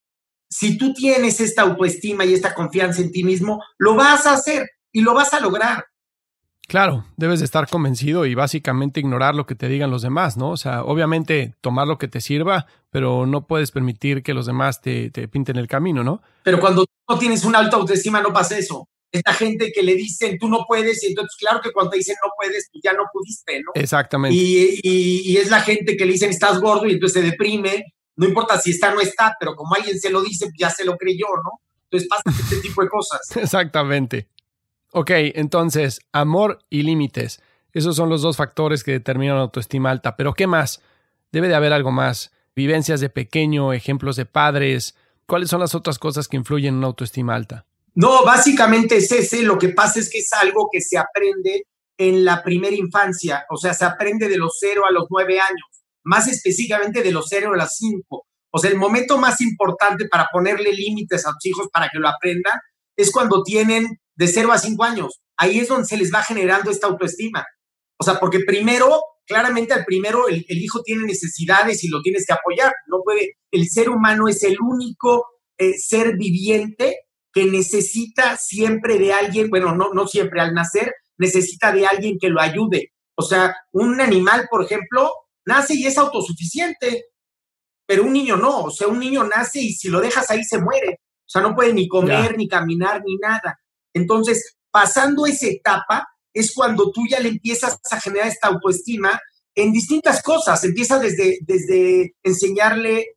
si tú tienes esta autoestima y esta confianza en ti mismo, lo vas a hacer y lo vas a lograr. Claro, debes de estar convencido y básicamente ignorar lo que te digan los demás, ¿no? O sea, obviamente tomar lo que te sirva, pero no puedes permitir que los demás te, te pinten el camino, ¿no? Pero cuando tú no tienes una alta autoestima no pasa eso. Es la gente que le dicen tú no puedes y entonces claro que cuando te dicen no puedes, pues ya no pudiste, ¿no? Exactamente. Y, y, y es la gente que le dicen estás gordo y entonces se deprime, no importa si está o no está, pero como alguien se lo dice, pues ya se lo creyó, ¿no? Entonces pasa este tipo de cosas. Exactamente. Ok, entonces, amor y límites. Esos son los dos factores que determinan la autoestima alta. ¿Pero qué más? Debe de haber algo más. Vivencias de pequeño, ejemplos de padres. ¿Cuáles son las otras cosas que influyen en una autoestima alta? No, básicamente es ese. Lo que pasa es que es algo que se aprende en la primera infancia. O sea, se aprende de los cero a los nueve años. Más específicamente de los cero a los cinco. O sea, el momento más importante para ponerle límites a tus hijos para que lo aprendan es cuando tienen de cero a cinco años. Ahí es donde se les va generando esta autoestima. O sea, porque primero, claramente al primero el, el hijo tiene necesidades y lo tienes que apoyar. No puede, el ser humano es el único eh, ser viviente que necesita siempre de alguien, bueno, no, no siempre, al nacer, necesita de alguien que lo ayude. O sea, un animal, por ejemplo, nace y es autosuficiente, pero un niño no. O sea, un niño nace y si lo dejas ahí se muere. O sea, no puede ni comer, yeah. ni caminar, ni nada. Entonces, pasando esa etapa, es cuando tú ya le empiezas a generar esta autoestima en distintas cosas. Empieza desde, desde enseñarle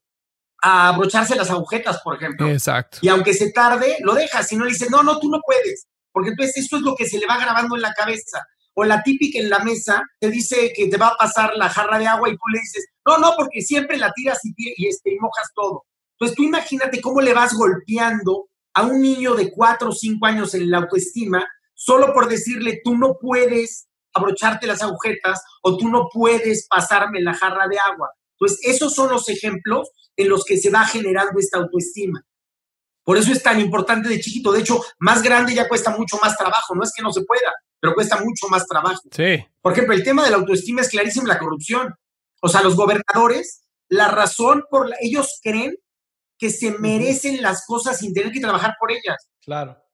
a abrocharse las agujetas, por ejemplo. Exacto. Y aunque se tarde, lo dejas. Si no le dices, no, no, tú no puedes. Porque entonces esto es lo que se le va grabando en la cabeza. O la típica en la mesa, te dice que te va a pasar la jarra de agua y tú le dices, no, no, porque siempre la tiras y, y, este, y mojas todo. Entonces tú imagínate cómo le vas golpeando a un niño de cuatro o cinco años en la autoestima solo por decirle tú no puedes abrocharte las agujetas o tú no puedes pasarme la jarra de agua. Entonces esos son los ejemplos en los que se va generando esta autoestima. Por eso es tan importante de chiquito. De hecho, más grande ya cuesta mucho más trabajo. No es que no se pueda, pero cuesta mucho más trabajo. Sí. Por ejemplo, el tema de la autoestima es clarísimo, la corrupción. O sea, los gobernadores, la razón por la... Ellos creen que se merecen las cosas sin tener que trabajar por ellas. Claro.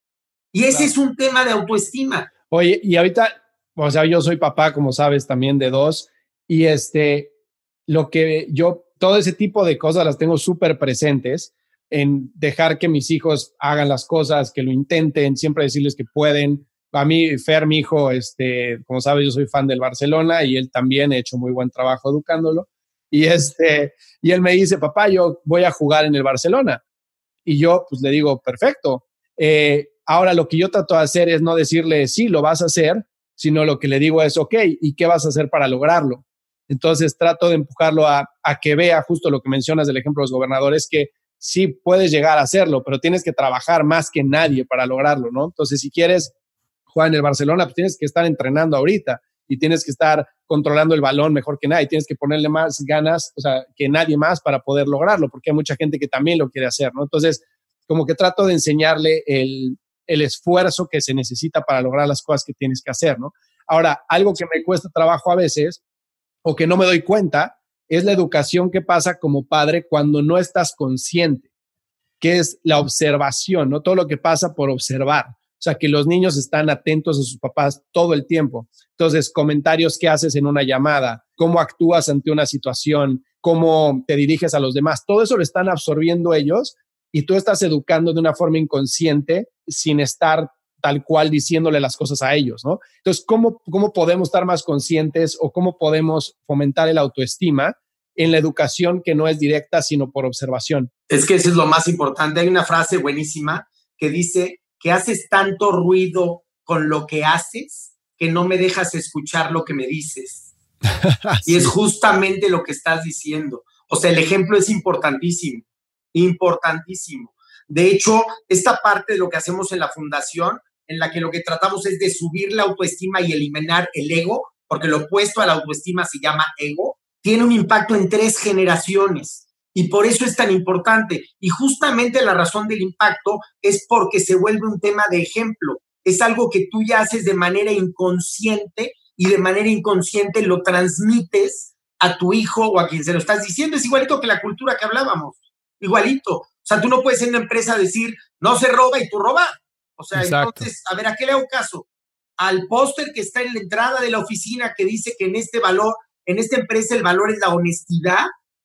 Y ese claro. es un tema de autoestima. Oye, y ahorita, o sea, yo soy papá, como sabes, también de dos, y este, lo que yo, todo ese tipo de cosas las tengo súper presentes en dejar que mis hijos hagan las cosas, que lo intenten, siempre decirles que pueden. A mí, Fer, mi hijo, este, como sabes, yo soy fan del Barcelona y él también ha hecho muy buen trabajo educándolo. Y, este, y él me dice, papá, yo voy a jugar en el Barcelona. Y yo, pues, le digo, perfecto. Eh, ahora, lo que yo trato de hacer es no decirle, sí, lo vas a hacer, sino lo que le digo es, ok, ¿y qué vas a hacer para lograrlo? Entonces, trato de empujarlo a, a que vea justo lo que mencionas del ejemplo de los gobernadores, que sí puedes llegar a hacerlo, pero tienes que trabajar más que nadie para lograrlo, ¿no? Entonces, si quieres jugar en el Barcelona, pues tienes que estar entrenando ahorita y tienes que estar controlando el balón mejor que nadie, tienes que ponerle más ganas, o sea, que nadie más para poder lograrlo, porque hay mucha gente que también lo quiere hacer, ¿no? Entonces, como que trato de enseñarle el, el esfuerzo que se necesita para lograr las cosas que tienes que hacer, ¿no? Ahora, algo que me cuesta trabajo a veces, o que no me doy cuenta, es la educación que pasa como padre cuando no estás consciente, que es la observación, ¿no? Todo lo que pasa por observar. O sea, que los niños están atentos a sus papás todo el tiempo. Entonces, comentarios que haces en una llamada, cómo actúas ante una situación, cómo te diriges a los demás, todo eso lo están absorbiendo ellos y tú estás educando de una forma inconsciente sin estar tal cual diciéndole las cosas a ellos, ¿no? Entonces, ¿cómo, cómo podemos estar más conscientes o cómo podemos fomentar el autoestima en la educación que no es directa, sino por observación? Es que eso es lo más importante. Hay una frase buenísima que dice que haces tanto ruido con lo que haces que no me dejas escuchar lo que me dices. Sí. Y es justamente lo que estás diciendo. O sea, el ejemplo es importantísimo, importantísimo. De hecho, esta parte de lo que hacemos en la fundación, en la que lo que tratamos es de subir la autoestima y eliminar el ego, porque lo opuesto a la autoestima se llama ego, tiene un impacto en tres generaciones. Y por eso es tan importante. Y justamente la razón del impacto es porque se vuelve un tema de ejemplo. Es algo que tú ya haces de manera inconsciente y de manera inconsciente lo transmites a tu hijo o a quien se lo estás diciendo. Es igualito que la cultura que hablábamos. Igualito. O sea, tú no puedes en una empresa decir, no se roba y tú robas. O sea, exacto. Entonces, a ver, ¿a qué le hago caso? Al póster que está en la entrada de la oficina que dice que en este valor, en esta empresa el valor es la honestidad,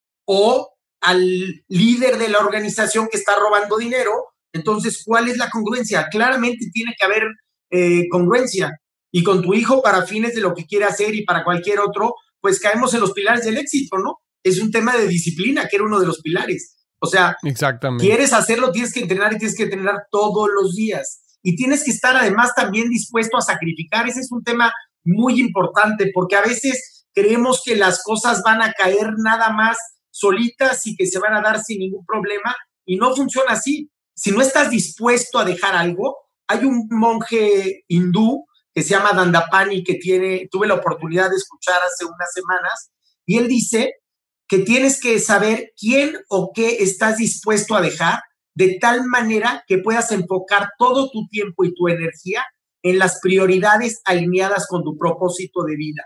o al líder de la organización que está robando dinero. Entonces, ¿cuál es la congruencia? Claramente tiene que haber eh, congruencia. Y con tu hijo, para fines de lo que quiere hacer y para cualquier otro, pues caemos en los pilares del éxito, ¿no? Es un tema de disciplina, que era uno de los pilares. O sea, exactamente. Quieres hacerlo, tienes que entrenar y tienes que entrenar todos los días. Y tienes que estar además también dispuesto a sacrificar. Ese es un tema muy importante, porque a veces creemos que las cosas van a caer nada más solitas y que se van a dar sin ningún problema, y no funciona así. Si no estás dispuesto a dejar algo, hay un monje hindú que se llama Dandapani, que tiene, tuve la oportunidad de escuchar hace unas semanas, y él dice que tienes que saber quién o qué estás dispuesto a dejar, de tal manera que puedas enfocar todo tu tiempo y tu energía en las prioridades alineadas con tu propósito de vida.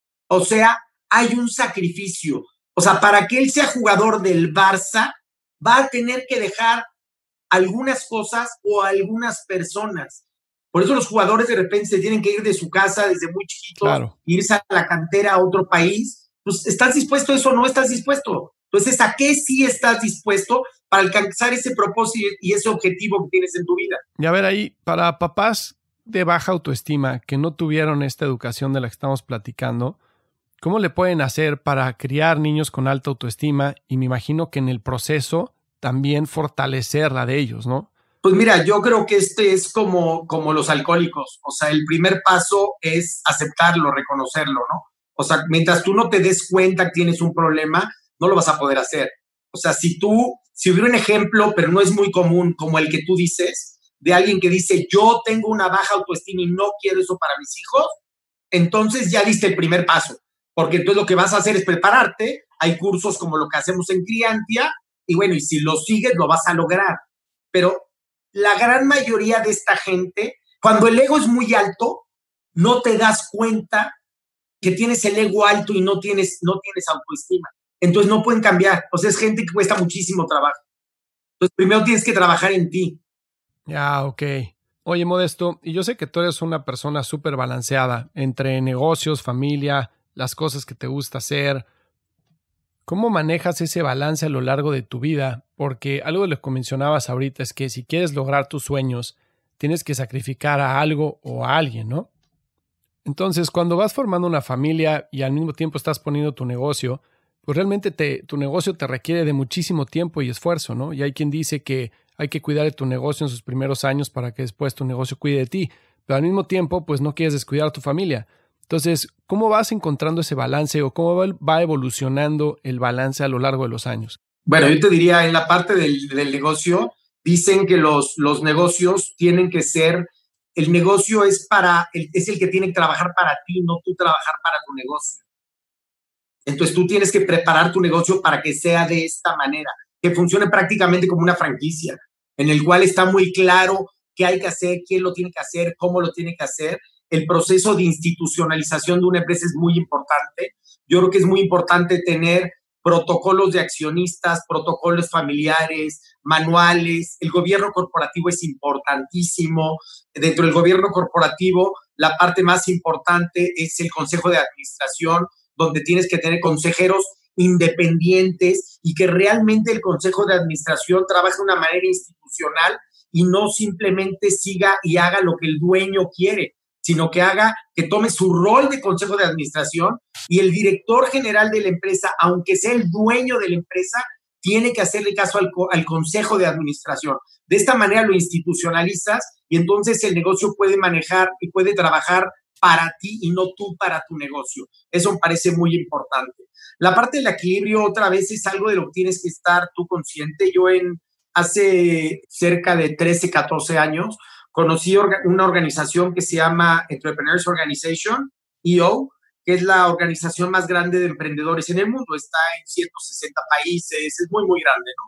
O sea, hay un sacrificio. O sea, para que él sea jugador del Barça, va a tener que dejar algunas cosas o algunas personas. Por eso los jugadores de repente se tienen que ir de su casa desde muy chiquitos, claro. Irse a la cantera a otro país. Pues, ¿estás dispuesto a eso o no estás dispuesto? Entonces, ¿a qué sí estás dispuesto para alcanzar ese propósito y ese objetivo que tienes en tu vida? Y a ver ahí, para papás de baja autoestima que no tuvieron esta educación de la que estamos platicando, ¿cómo le pueden hacer para criar niños con alta autoestima? Y me imagino que en el proceso también fortalecer la de ellos, ¿no? Pues mira, yo creo que este es como, como los alcohólicos. O sea, el primer paso es aceptarlo, reconocerlo, ¿no? O sea, mientras tú no te des cuenta que tienes un problema, no lo vas a poder hacer. O sea, si tú, si hubiera un ejemplo, pero no es muy común, como el que tú dices, de alguien que dice, yo tengo una baja autoestima y no quiero eso para mis hijos, entonces ya diste el primer paso. Porque entonces lo que vas a hacer es prepararte. Hay cursos como lo que hacemos en Criantia, y bueno, y si lo sigues, lo vas a lograr. Pero la gran mayoría de esta gente, cuando el ego es muy alto, no te das cuenta que tienes el ego alto y no tienes, no tienes autoestima. Entonces no pueden cambiar. O sea, es gente que cuesta muchísimo trabajo. Entonces primero tienes que trabajar en ti. Ya, ok. Oye, Modesto, y yo sé que tú eres una persona súper balanceada entre negocios, familia, las cosas que te gusta hacer. ¿Cómo manejas ese balance a lo largo de tu vida? Porque algo de lo que mencionabas ahorita es que si quieres lograr tus sueños, tienes que sacrificar a algo o a alguien, ¿no? Entonces, cuando vas formando una familia y al mismo tiempo estás poniendo tu negocio, pues realmente te, tu negocio te requiere de muchísimo tiempo y esfuerzo, ¿no? Y hay quien dice que hay que cuidar de tu negocio en sus primeros años para que después tu negocio cuide de ti, pero al mismo tiempo, pues no quieres descuidar a tu familia. Entonces, ¿cómo vas encontrando ese balance o cómo va evolucionando el balance a lo largo de los años? Bueno, yo te diría, en la parte del, del negocio, dicen que los, los negocios tienen que ser, el negocio es, para, es el que tiene que trabajar para ti, no tú trabajar para tu negocio. Entonces tú tienes que preparar tu negocio para que sea de esta manera, que funcione prácticamente como una franquicia, en el cual está muy claro qué hay que hacer, quién lo tiene que hacer, cómo lo tiene que hacer. El proceso de institucionalización de una empresa es muy importante. Yo creo que es muy importante tener protocolos de accionistas, protocolos familiares, manuales. El gobierno corporativo es importantísimo. Dentro del gobierno corporativo, la parte más importante es el consejo de administración, donde tienes que tener consejeros independientes y que realmente el consejo de administración trabaje de una manera institucional y no simplemente siga y haga lo que el dueño quiere, sino que haga, que tome su rol de consejo de administración, y el director general de la empresa, aunque sea el dueño de la empresa, tiene que hacerle caso al, al consejo de administración. De esta manera lo institucionalizas y entonces el negocio puede manejar y puede trabajar para ti y no tú para tu negocio. Eso me parece muy importante. La parte del equilibrio, otra vez, es algo de lo que tienes que estar tú consciente. Yo en hace cerca de trece, catorce años conocí una organización que se llama Entrepreneurs Organization, E O, que es la organización más grande de emprendedores en el mundo. Está en ciento sesenta países, es muy, muy grande, ¿no?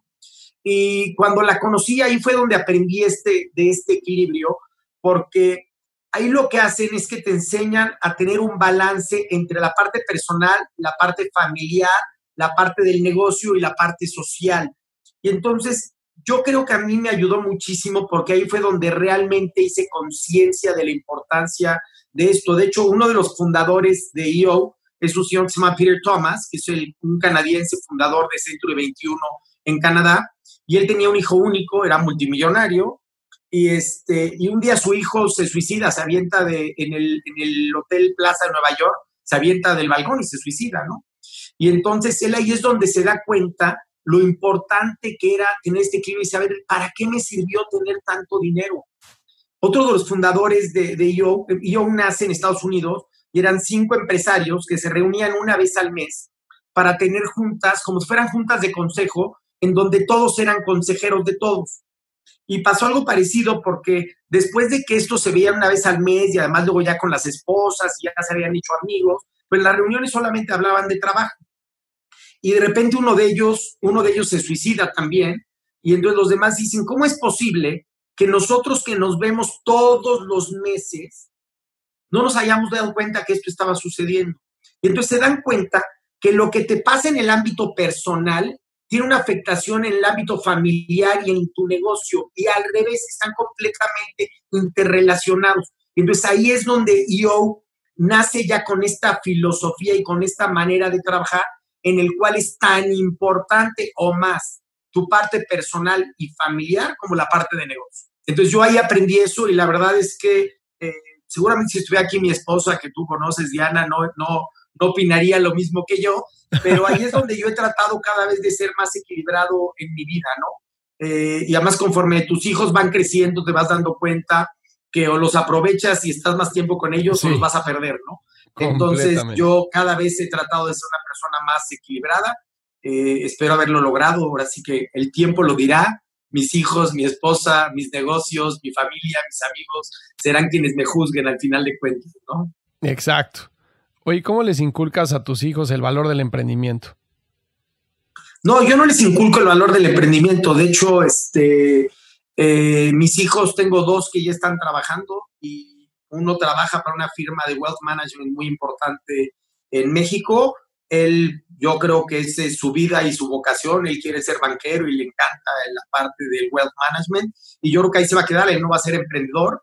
Y cuando la conocí, ahí fue donde aprendí este, de este equilibrio, porque ahí lo que hacen es que te enseñan a tener un balance entre la parte personal, la parte familiar, la parte del negocio y la parte social. Y entonces yo creo que a mí me ayudó muchísimo, porque ahí fue donde realmente hice conciencia de la importancia de esto. De hecho, uno de los fundadores de E O es un señor que se llama Peter Thomas, que es el, un canadiense fundador de Century veintiuno en Canadá, y él tenía un hijo único, era multimillonario, y, este, y un día su hijo se suicida, se avienta de, en, el, en el Hotel Plaza de Nueva York, se avienta del balcón y se suicida, ¿no? Y entonces él ahí es donde se da cuenta lo importante que era tener este equilibrio y saber para qué me sirvió tener tanto dinero. Otro de los fundadores de, de E O, E O nace en Estados Unidos, y eran cinco empresarios que se reunían una vez al mes para tener juntas, como si fueran juntas de consejo, en donde todos eran consejeros de todos. Y pasó algo parecido, porque después de que esto se veía una vez al mes y además luego ya con las esposas y ya se habían hecho amigos, pues las reuniones solamente hablaban de trabajo. Y de repente uno de ellos, uno de ellos se suicida también, y entonces los demás dicen, ¿cómo es posible que nosotros que nos vemos todos los meses no nos hayamos dado cuenta que esto estaba sucediendo? Y entonces se dan cuenta que lo que te pasa en el ámbito personal tiene una afectación en el ámbito familiar y en tu negocio, y al revés, están completamente interrelacionados. Entonces ahí es donde E O nace ya con esta filosofía y con esta manera de trabajar, en el cual es tan importante o más tu parte personal y familiar como la parte de negocio. Entonces yo ahí aprendí eso, y la verdad es que eh, seguramente si estuviera aquí mi esposa, que tú conoces, Diana, no, no, no opinaría lo mismo que yo, pero ahí es donde yo he tratado cada vez de ser más equilibrado en mi vida, ¿no? Eh, y además, conforme tus hijos van creciendo, te vas dando cuenta que o los aprovechas y estás más tiempo con ellos, sí, o los vas a perder, ¿no? Entonces yo cada vez he tratado de ser una persona más equilibrada. Eh, espero haberlo logrado. Ahora sí que el tiempo lo dirá. Mis hijos, mi esposa, mis negocios, mi familia, mis amigos serán quienes me juzguen al final de cuentas, ¿no? Exacto. Oye, ¿cómo les inculcas a tus hijos el valor del emprendimiento? No, yo no les inculco el valor del emprendimiento. De hecho, este, eh, mis hijos, tengo dos que ya están trabajando, y uno trabaja para una firma de wealth management muy importante en México. Él, yo creo que esa es su vida y su vocación. Él quiere ser banquero y le encanta la parte del wealth management, y yo creo que ahí se va a quedar. Él no va a ser emprendedor,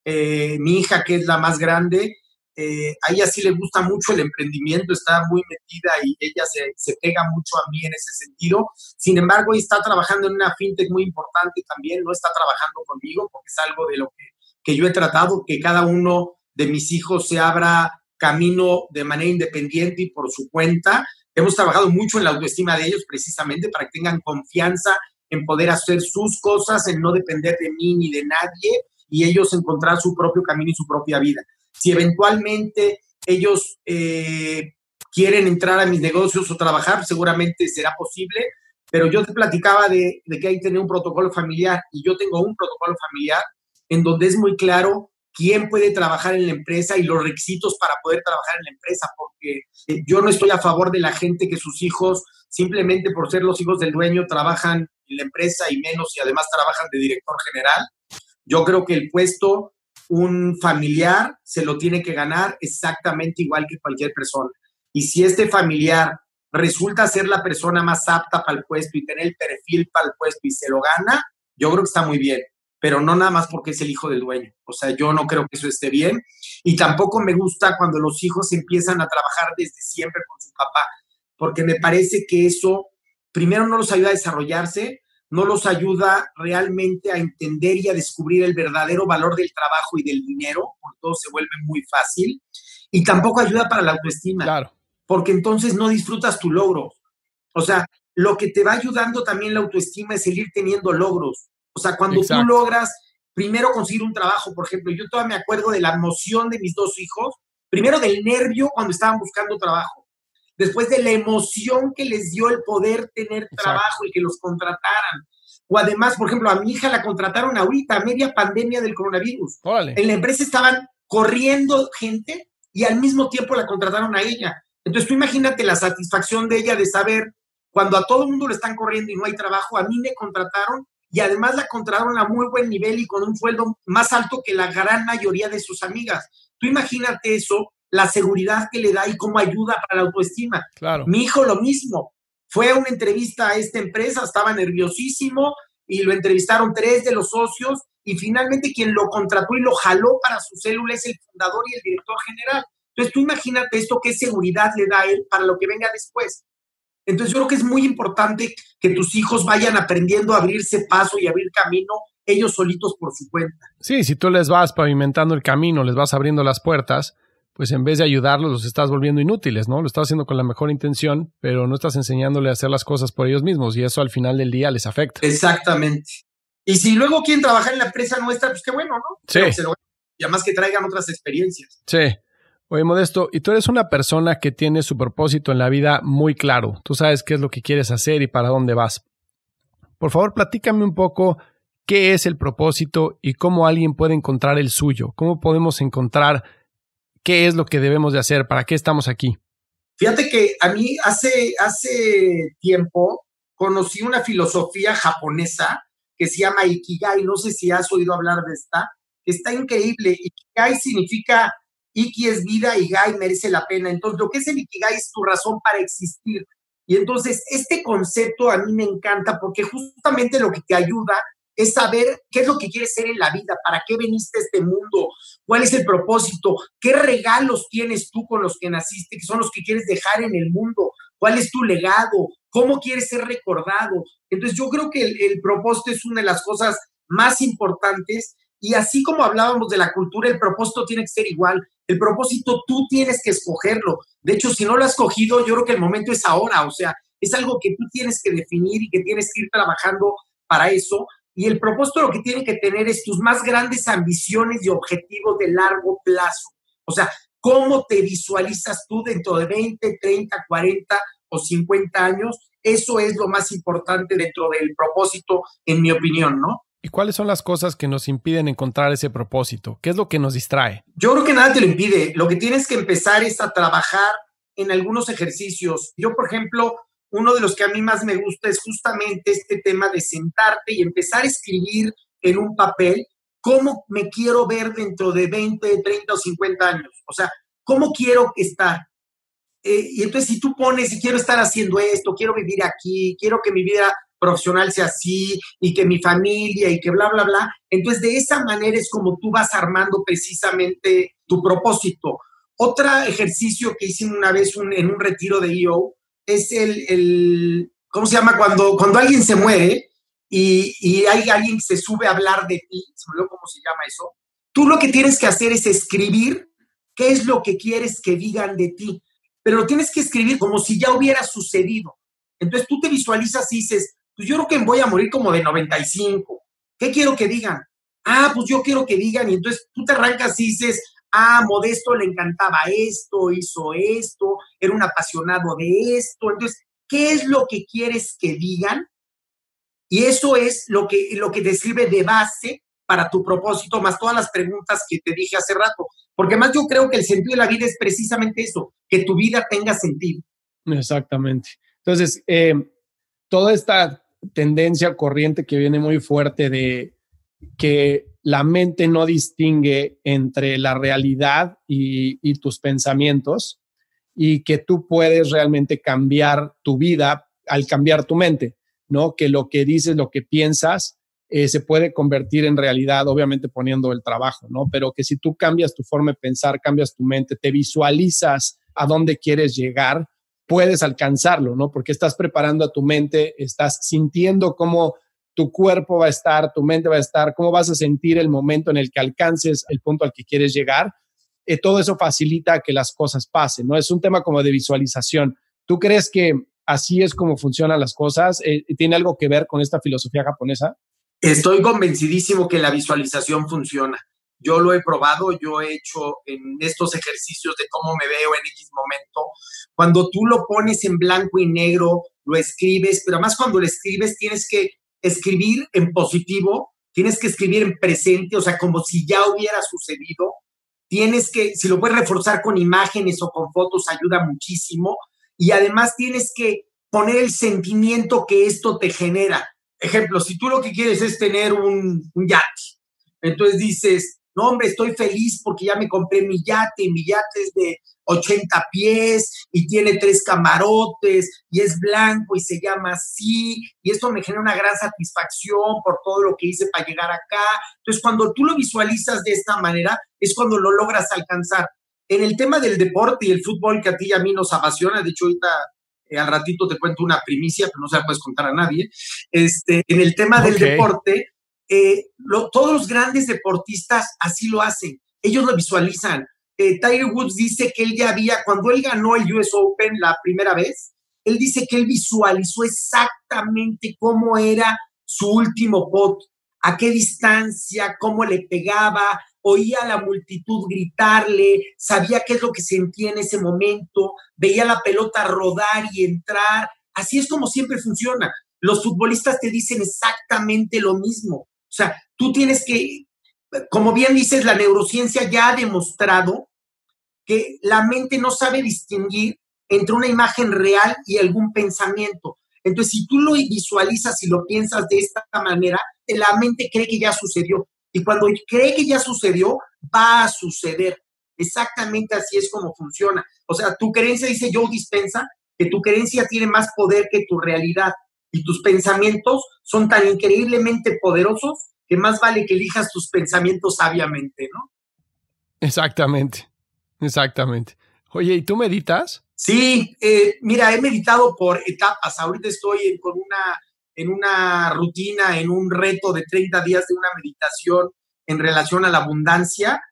Eh, mi hija, que es la más grande, eh, a ella sí le gusta mucho el emprendimiento, está muy metida y ella se, se pega mucho a mí en ese sentido. Sin embargo, ella está trabajando en una fintech muy importante también, no está trabajando conmigo porque es algo de lo que, que yo he tratado, que cada uno de mis hijos se abra camino de manera independiente y por su cuenta. Hemos trabajado mucho en la autoestima de ellos precisamente para que tengan confianza en poder hacer sus cosas, en no depender de mí ni de nadie y ellos encontrar su propio camino y su propia vida. Si eventualmente ellos eh, quieren entrar a mis negocios o trabajar, seguramente será posible, pero yo te platicaba de, de que hay que tener un protocolo familiar y yo tengo un protocolo familiar en donde es muy claro quién puede trabajar en la empresa y los requisitos para poder trabajar en la empresa, porque eh, yo no estoy a favor de la gente que sus hijos, simplemente por ser los hijos del dueño, trabajan en la empresa y menos y además trabajan de director general. Yo creo que el puesto, un familiar se lo tiene que ganar exactamente igual que cualquier persona. Y si este familiar resulta ser la persona más apta para el puesto y tener el perfil para el puesto y se lo gana, yo creo que está muy bien. Pero no nada más porque es el hijo del dueño. O sea, yo no creo que eso esté bien. Y tampoco me gusta cuando los hijos empiezan a trabajar desde siempre con su papá, porque me parece que eso, primero, no los ayuda a desarrollarse, no los ayuda realmente a entender y a descubrir el verdadero valor del trabajo y del dinero, porque todo se vuelve muy fácil, y tampoco ayuda para la autoestima, claro, porque entonces no disfrutas tu logro. O sea, lo que te va ayudando también la autoestima es seguir teniendo logros. O sea, cuando Exacto. tú logras primero conseguir un trabajo, por ejemplo, yo todavía me acuerdo de la emoción de mis dos hijos, primero del nervio cuando estaban buscando trabajo, después de la emoción que les dio el poder tener Exacto. trabajo y que los contrataran. O además, por ejemplo, a mi hija la contrataron ahorita, a media pandemia del coronavirus. Órale. En la empresa estaban corriendo gente y al mismo tiempo la contrataron a ella. Entonces tú imagínate la satisfacción de ella de saber, cuando a todo el mundo le están corriendo y no hay trabajo, a mí me contrataron y además la contrataron a muy buen nivel y con un sueldo más alto que la gran mayoría de sus amigas. Tú imagínate eso, la seguridad que le da y cómo ayuda para la autoestima. Claro. Mi hijo lo mismo. Fue a una entrevista a esta empresa, estaba nerviosísimo y lo entrevistaron tres de los socios y finalmente quien lo contrató y lo jaló para su célula es el fundador y el director general. Entonces tú imagínate esto, qué seguridad le da a él para lo que venga después. Entonces yo creo que es muy importante que tus hijos vayan aprendiendo a abrirse paso y abrir camino ellos solitos por su cuenta. Sí, si tú les vas pavimentando el camino, les vas abriendo las puertas, pues en vez de ayudarlos los estás volviendo inútiles, ¿no? Lo estás haciendo con la mejor intención, pero no estás enseñándole a hacer las cosas por ellos mismos y eso al final del día les afecta. Exactamente. Y si luego quieren trabajar en la empresa nuestra, pues qué bueno, ¿no? Sí. Pero se lo... Y además que traigan otras experiencias. Sí. Oye, Modesto, y tú eres una persona que tiene su propósito en la vida muy claro. Tú sabes qué es lo que quieres hacer y para dónde vas. Por favor, platícame un poco qué es el propósito y cómo alguien puede encontrar el suyo. ¿Cómo podemos encontrar qué es lo que debemos de hacer? ¿Para qué estamos aquí? Fíjate que a mí hace, hace tiempo conocí una filosofía japonesa que se llama Ikigai. No sé si has oído hablar de esta. Está increíble. Ikigai significa... Iki es vida y Gai merece la pena. Entonces, lo que es el Ikigai es tu razón para existir. Y entonces, este concepto a mí me encanta porque justamente lo que te ayuda es saber qué es lo que quieres ser en la vida, para qué veniste a este mundo, cuál es el propósito, qué regalos tienes tú con los que naciste, que son los que quieres dejar en el mundo, cuál es tu legado, cómo quieres ser recordado. Entonces, yo creo que el, el propósito es una de las cosas más importantes. Y así como hablábamos de la cultura, el propósito tiene que ser igual. El propósito tú tienes que escogerlo. De hecho, si no lo has escogido, yo creo que el momento es ahora. O sea, es algo que tú tienes que definir y que tienes que ir trabajando para eso. Y el propósito lo que tiene que tener es tus más grandes ambiciones y objetivos de largo plazo. O sea, ¿cómo te visualizas tú dentro de veinte, treinta, cuarenta o cincuenta años? Eso es lo más importante dentro del propósito, en mi opinión, ¿no? ¿Y cuáles son las cosas que nos impiden encontrar ese propósito? ¿Qué es lo que nos distrae? Yo creo que nada te lo impide. Lo que tienes que empezar es a trabajar en algunos ejercicios. Yo, por ejemplo, uno de los que a mí más me gusta es justamente este tema de sentarte y empezar a escribir en un papel cómo me quiero ver dentro de veinte, treinta o cincuenta años. O sea, ¿cómo quiero estar? Eh, y entonces si tú pones, si quiero estar haciendo esto, quiero vivir aquí, quiero que mi vida profesional sea así y que mi familia y que bla, bla, bla. Entonces, de esa manera es como tú vas armando precisamente tu propósito. Otro ejercicio que hice una vez un, en un retiro de E O es el, el ¿cómo se llama? Cuando, cuando alguien se muere y, y hay alguien que se sube a hablar de ti, ¿se me olvidó cómo se llama eso? Tú lo que tienes que hacer es escribir qué es lo que quieres que digan de ti, pero lo tienes que escribir como si ya hubiera sucedido. Entonces tú te visualizas y dices, pues yo creo que voy a morir como de noventa y cinco. ¿Qué quiero que digan? Ah, pues yo quiero que digan. Y entonces tú te arrancas y dices, ah, Modesto le encantaba esto, hizo esto, era un apasionado de esto. Entonces, ¿qué es lo que quieres que digan? Y eso es lo que, lo que te sirve de base para tu propósito, más todas las preguntas que te dije hace rato. Porque más yo creo que el sentido de la vida es precisamente eso, que tu vida tenga sentido. Exactamente. Entonces, eh, toda esta tendencia corriente que viene muy fuerte de que la mente no distingue entre la realidad y, y tus pensamientos, y que tú puedes realmente cambiar tu vida al cambiar tu mente, ¿no? Que lo que dices, lo que piensas, eh, se puede convertir en realidad, obviamente poniendo el trabajo, ¿no? Pero que si tú cambias tu forma de pensar, cambias tu mente, te visualizas a dónde quieres llegar, puedes alcanzarlo, ¿no? Porque estás preparando a tu mente, estás sintiendo cómo tu cuerpo va a estar, tu mente va a estar, cómo vas a sentir el momento en el que alcances el punto al que quieres llegar. Eh, todo eso facilita que las cosas pasen, ¿no? Es un tema como de visualización. ¿Tú crees que así es como funcionan las cosas? Eh, ¿Tiene algo que ver con esta filosofía japonesa? Estoy convencidísimo que la visualización funciona. Yo lo he probado, yo he hecho en estos ejercicios de cómo me veo en X momento. Cuando tú lo pones en blanco y negro, lo escribes, pero además cuando lo escribes tienes que escribir en positivo, tienes que escribir en presente, o sea, como si ya hubiera sucedido. Tienes que, si lo puedes reforzar con imágenes o con fotos, ayuda muchísimo. Y además tienes que poner el sentimiento que esto te genera. Ejemplo, si tú lo que quieres es tener un, un yate, entonces dices, no, hombre, estoy feliz porque ya me compré mi yate, mi yate es de ochenta pies y tiene tres camarotes y es blanco y se llama así, y esto me genera una gran satisfacción por todo lo que hice para llegar acá. Entonces, cuando tú lo visualizas de esta manera, es cuando lo logras alcanzar. En el tema del deporte y el fútbol, que a ti y a mí nos apasiona, de hecho, ahorita eh, al ratito te cuento una primicia, pero no se la puedes contar a nadie. Este, en el tema del Okay. deporte, eh, lo, todos los grandes deportistas así lo hacen. Ellos lo visualizan. Eh, Tiger Woods dice que él ya había, cuando él ganó el U S Open la primera vez, él dice que él visualizó exactamente cómo era su último pot, a qué distancia, cómo le pegaba, oía a la multitud gritarle, sabía qué es lo que sentía en ese momento, veía la pelota rodar y entrar. Así es como siempre funciona. Los futbolistas te dicen exactamente lo mismo. O sea, tú tienes que, como bien dices, la neurociencia ya ha demostrado que la mente no sabe distinguir entre una imagen real y algún pensamiento. Entonces, si tú lo visualizas y lo piensas de esta manera, la mente cree que ya sucedió. Y cuando cree que ya sucedió, va a suceder. Exactamente así es como funciona. O sea, tu creencia, dice Joe Dispenza, que tu creencia tiene más poder que tu realidad. Y tus pensamientos son tan increíblemente poderosos que más vale que elijas tus pensamientos sabiamente, ¿no? Exactamente, exactamente. Oye, ¿y tú meditas? Sí, eh, mira, he meditado por etapas. Ahorita estoy en, con una, en una rutina, en un reto de treinta días de una meditación en relación a la abundancia,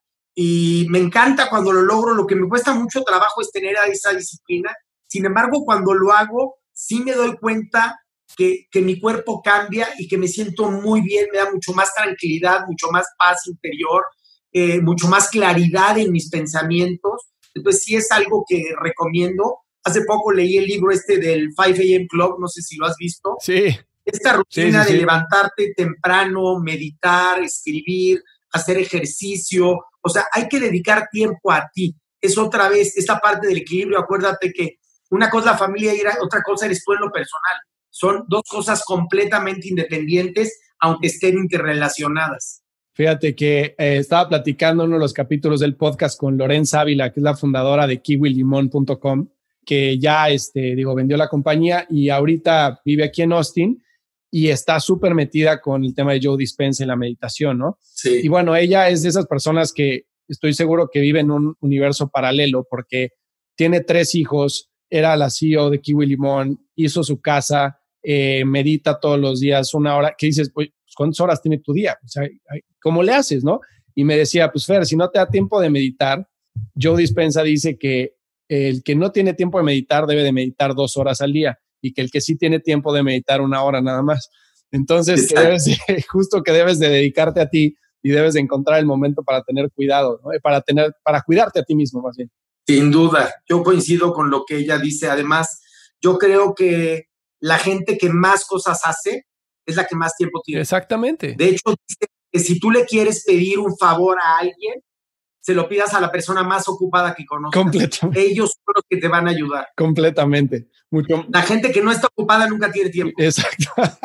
y me encanta cuando lo logro. Lo que me cuesta mucho trabajo es tener esa disciplina. Sin embargo, cuando lo hago, sí me doy cuenta que, que mi cuerpo cambia y que me siento muy bien, me da mucho más tranquilidad, mucho más paz interior, eh, mucho más claridad en mis pensamientos. Entonces sí es algo que recomiendo. Hace poco leí el libro este del cinco a m Club, no sé si lo has visto. Sí. Esta rutina sí, sí, de sí. levantarte temprano, meditar, escribir, hacer ejercicio, o sea, hay que dedicar tiempo a ti. Es otra vez esta parte del equilibrio. Acuérdate que una cosa es la familia y otra cosa eres tú en lo personal. Son dos cosas completamente independientes, aunque estén interrelacionadas. Fíjate que eh, estaba platicando en uno de los capítulos del podcast con Lorenza Ávila, que es la fundadora de kiwi limón punto com, que ya este, digo, vendió la compañía y ahorita vive aquí en Austin. y está súper metida con el tema de Joe Dispenza y la meditación, ¿no? Sí. Y bueno, ella es de esas personas que estoy seguro que vive en un universo paralelo porque tiene tres hijos, era la C E O de Kiwi Limón, hizo su casa, eh, medita todos los días una hora, que dices, pues, ¿cuántas horas tiene tu día? O sea, ¿cómo le haces, no? Y me decía, pues Fer, si no te da tiempo de meditar, Joe Dispenza dice que el que no tiene tiempo de meditar debe de meditar dos horas al día y que el que sí tiene tiempo de meditar una hora nada más. Entonces, que debes de, justo que debes de dedicarte a ti y debes de encontrar el momento para tener cuidado, ¿no? Para tener, para cuidarte a ti mismo más bien. Sin duda, yo coincido con lo que ella dice. Además, yo creo que la gente que más cosas hace es la que más tiempo tiene. Exactamente. De hecho, dice que si tú le quieres pedir un favor a alguien, se lo pidas a la persona más ocupada que conozcas. Completamente. Ellos son los que te van a ayudar. Completamente. Mucho. La gente que no está ocupada nunca tiene tiempo. Exacto.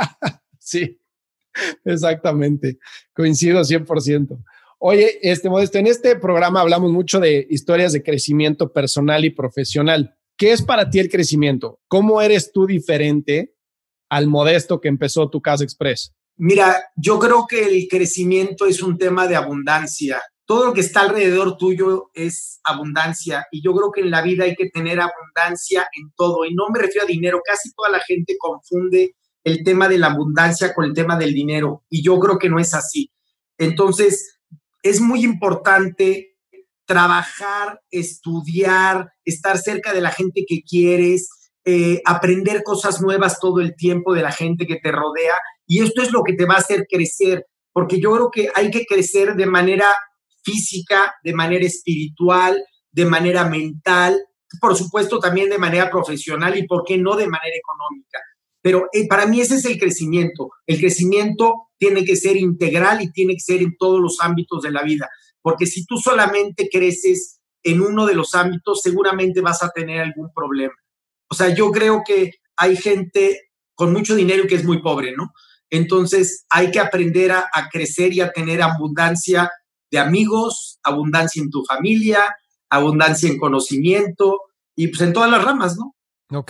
Sí, exactamente. Coincido cien por ciento. Oye, este Modesto, en este programa hablamos mucho de historias de crecimiento personal y profesional. ¿Qué es para ti el crecimiento? ¿Cómo eres tú diferente al Modesto que empezó Tu Casa Express? Mira, yo creo que el crecimiento es un tema de abundancia. Todo lo que está alrededor tuyo es abundancia y yo creo que en la vida hay que tener abundancia en todo y no me refiero a dinero. Casi toda la gente confunde el tema de la abundancia con el tema del dinero y yo creo que no es así. Entonces, es muy importante trabajar, estudiar, estar cerca de la gente que quieres, eh, aprender cosas nuevas todo el tiempo de la gente que te rodea y esto es lo que te va a hacer crecer, porque yo creo que hay que crecer de manera física, de manera espiritual, de manera mental, por supuesto también de manera profesional y por qué no de manera económica. Pero eh, para mí ese es el crecimiento. El crecimiento tiene que ser integral y tiene que ser en todos los ámbitos de la vida, porque si tú solamente creces en uno de los ámbitos, seguramente vas a tener algún problema. O sea, yo creo que hay gente con mucho dinero que es muy pobre, ¿no? Entonces hay que aprender a, a crecer y a tener abundancia de amigos, abundancia en tu familia, abundancia en conocimiento y pues en todas las ramas, ¿no? Ok.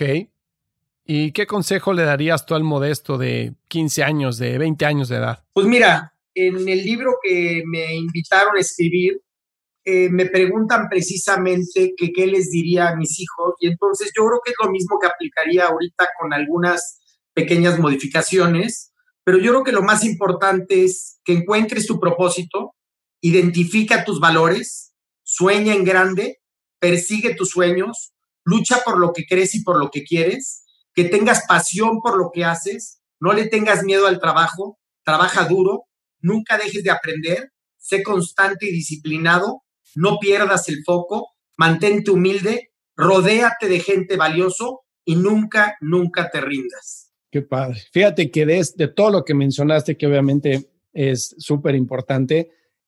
¿Y qué consejo le darías tú al Modesto de quince años, de veinte años de edad? Pues mira, en el libro que me invitaron a escribir, eh, me preguntan precisamente que qué les diría a mis hijos y entonces yo creo que es lo mismo que aplicaría ahorita con algunas pequeñas modificaciones, pero yo creo que lo más importante es que encuentres tu propósito, identifica tus valores, sueña en grande, persigue tus sueños, lucha por lo que crees y por lo que quieres, que tengas pasión por lo que haces, no le tengas miedo al trabajo, trabaja duro, nunca dejes de aprender, sé constante y disciplinado, no pierdas el foco, mantente humilde, rodéate de gente valioso y nunca, nunca te rindas. Qué padre. Fíjate que de, de todo lo que mencionaste, que obviamente es súper importante,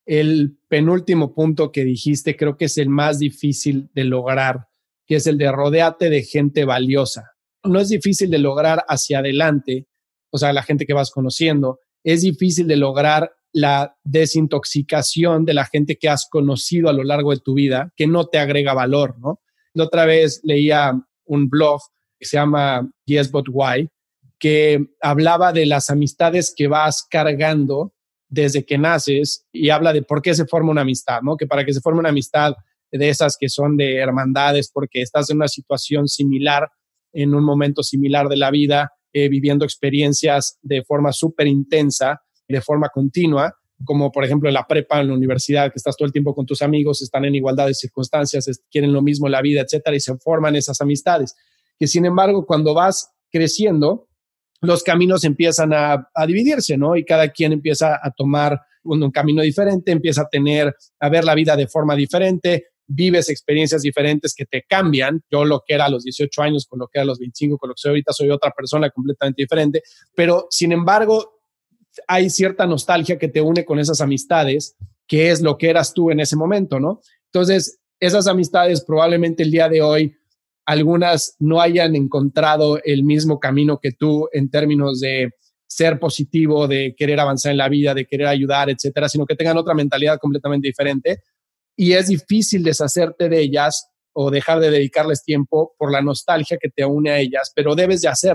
el penúltimo punto que dijiste creo que es el más difícil de lograr, que es el de rodéate de gente valiosa. No es difícil de lograr hacia adelante, o sea, la gente que vas conociendo, es difícil de lograr la desintoxicación de la gente que has conocido a lo largo de tu vida, que no te agrega valor, ¿no? La otra vez leía un blog que se llama Yes But Why, que hablaba de las amistades que vas cargando desde que naces y habla de por qué se forma una amistad, ¿no? Que para que se forme una amistad de esas que son de hermandades, porque estás en una situación similar, en un momento similar de la vida, eh, viviendo experiencias de forma súper intensa, de forma continua, como por ejemplo en la prepa, en la universidad, que estás todo el tiempo con tus amigos, están en igualdad de circunstancias, es, quieren lo mismo en la vida, etcétera, y se forman esas amistades. Que sin embargo, cuando vas creciendo, los caminos empiezan a, a dividirse, ¿no? Y cada quien empieza a tomar un, un camino diferente, empieza a tener, a ver la vida de forma diferente, vives experiencias diferentes que te cambian. Yo lo que era a los dieciocho años, con lo que era a los veinticinco, con lo que soy ahorita, soy otra persona completamente diferente. Pero, sin embargo, hay cierta nostalgia que te une con esas amistades, que es lo que eras tú en ese momento, ¿no? Entonces, esas amistades probablemente el día de hoy, algunas no hayan encontrado el mismo camino que tú en términos de ser positivo, de querer avanzar en la vida, de querer ayudar, etcétera, sino que tengan otra mentalidad completamente diferente. Y es difícil deshacerte de ellas o dejar de dedicarles tiempo por la nostalgia que te une a ellas, pero debes de hacerlo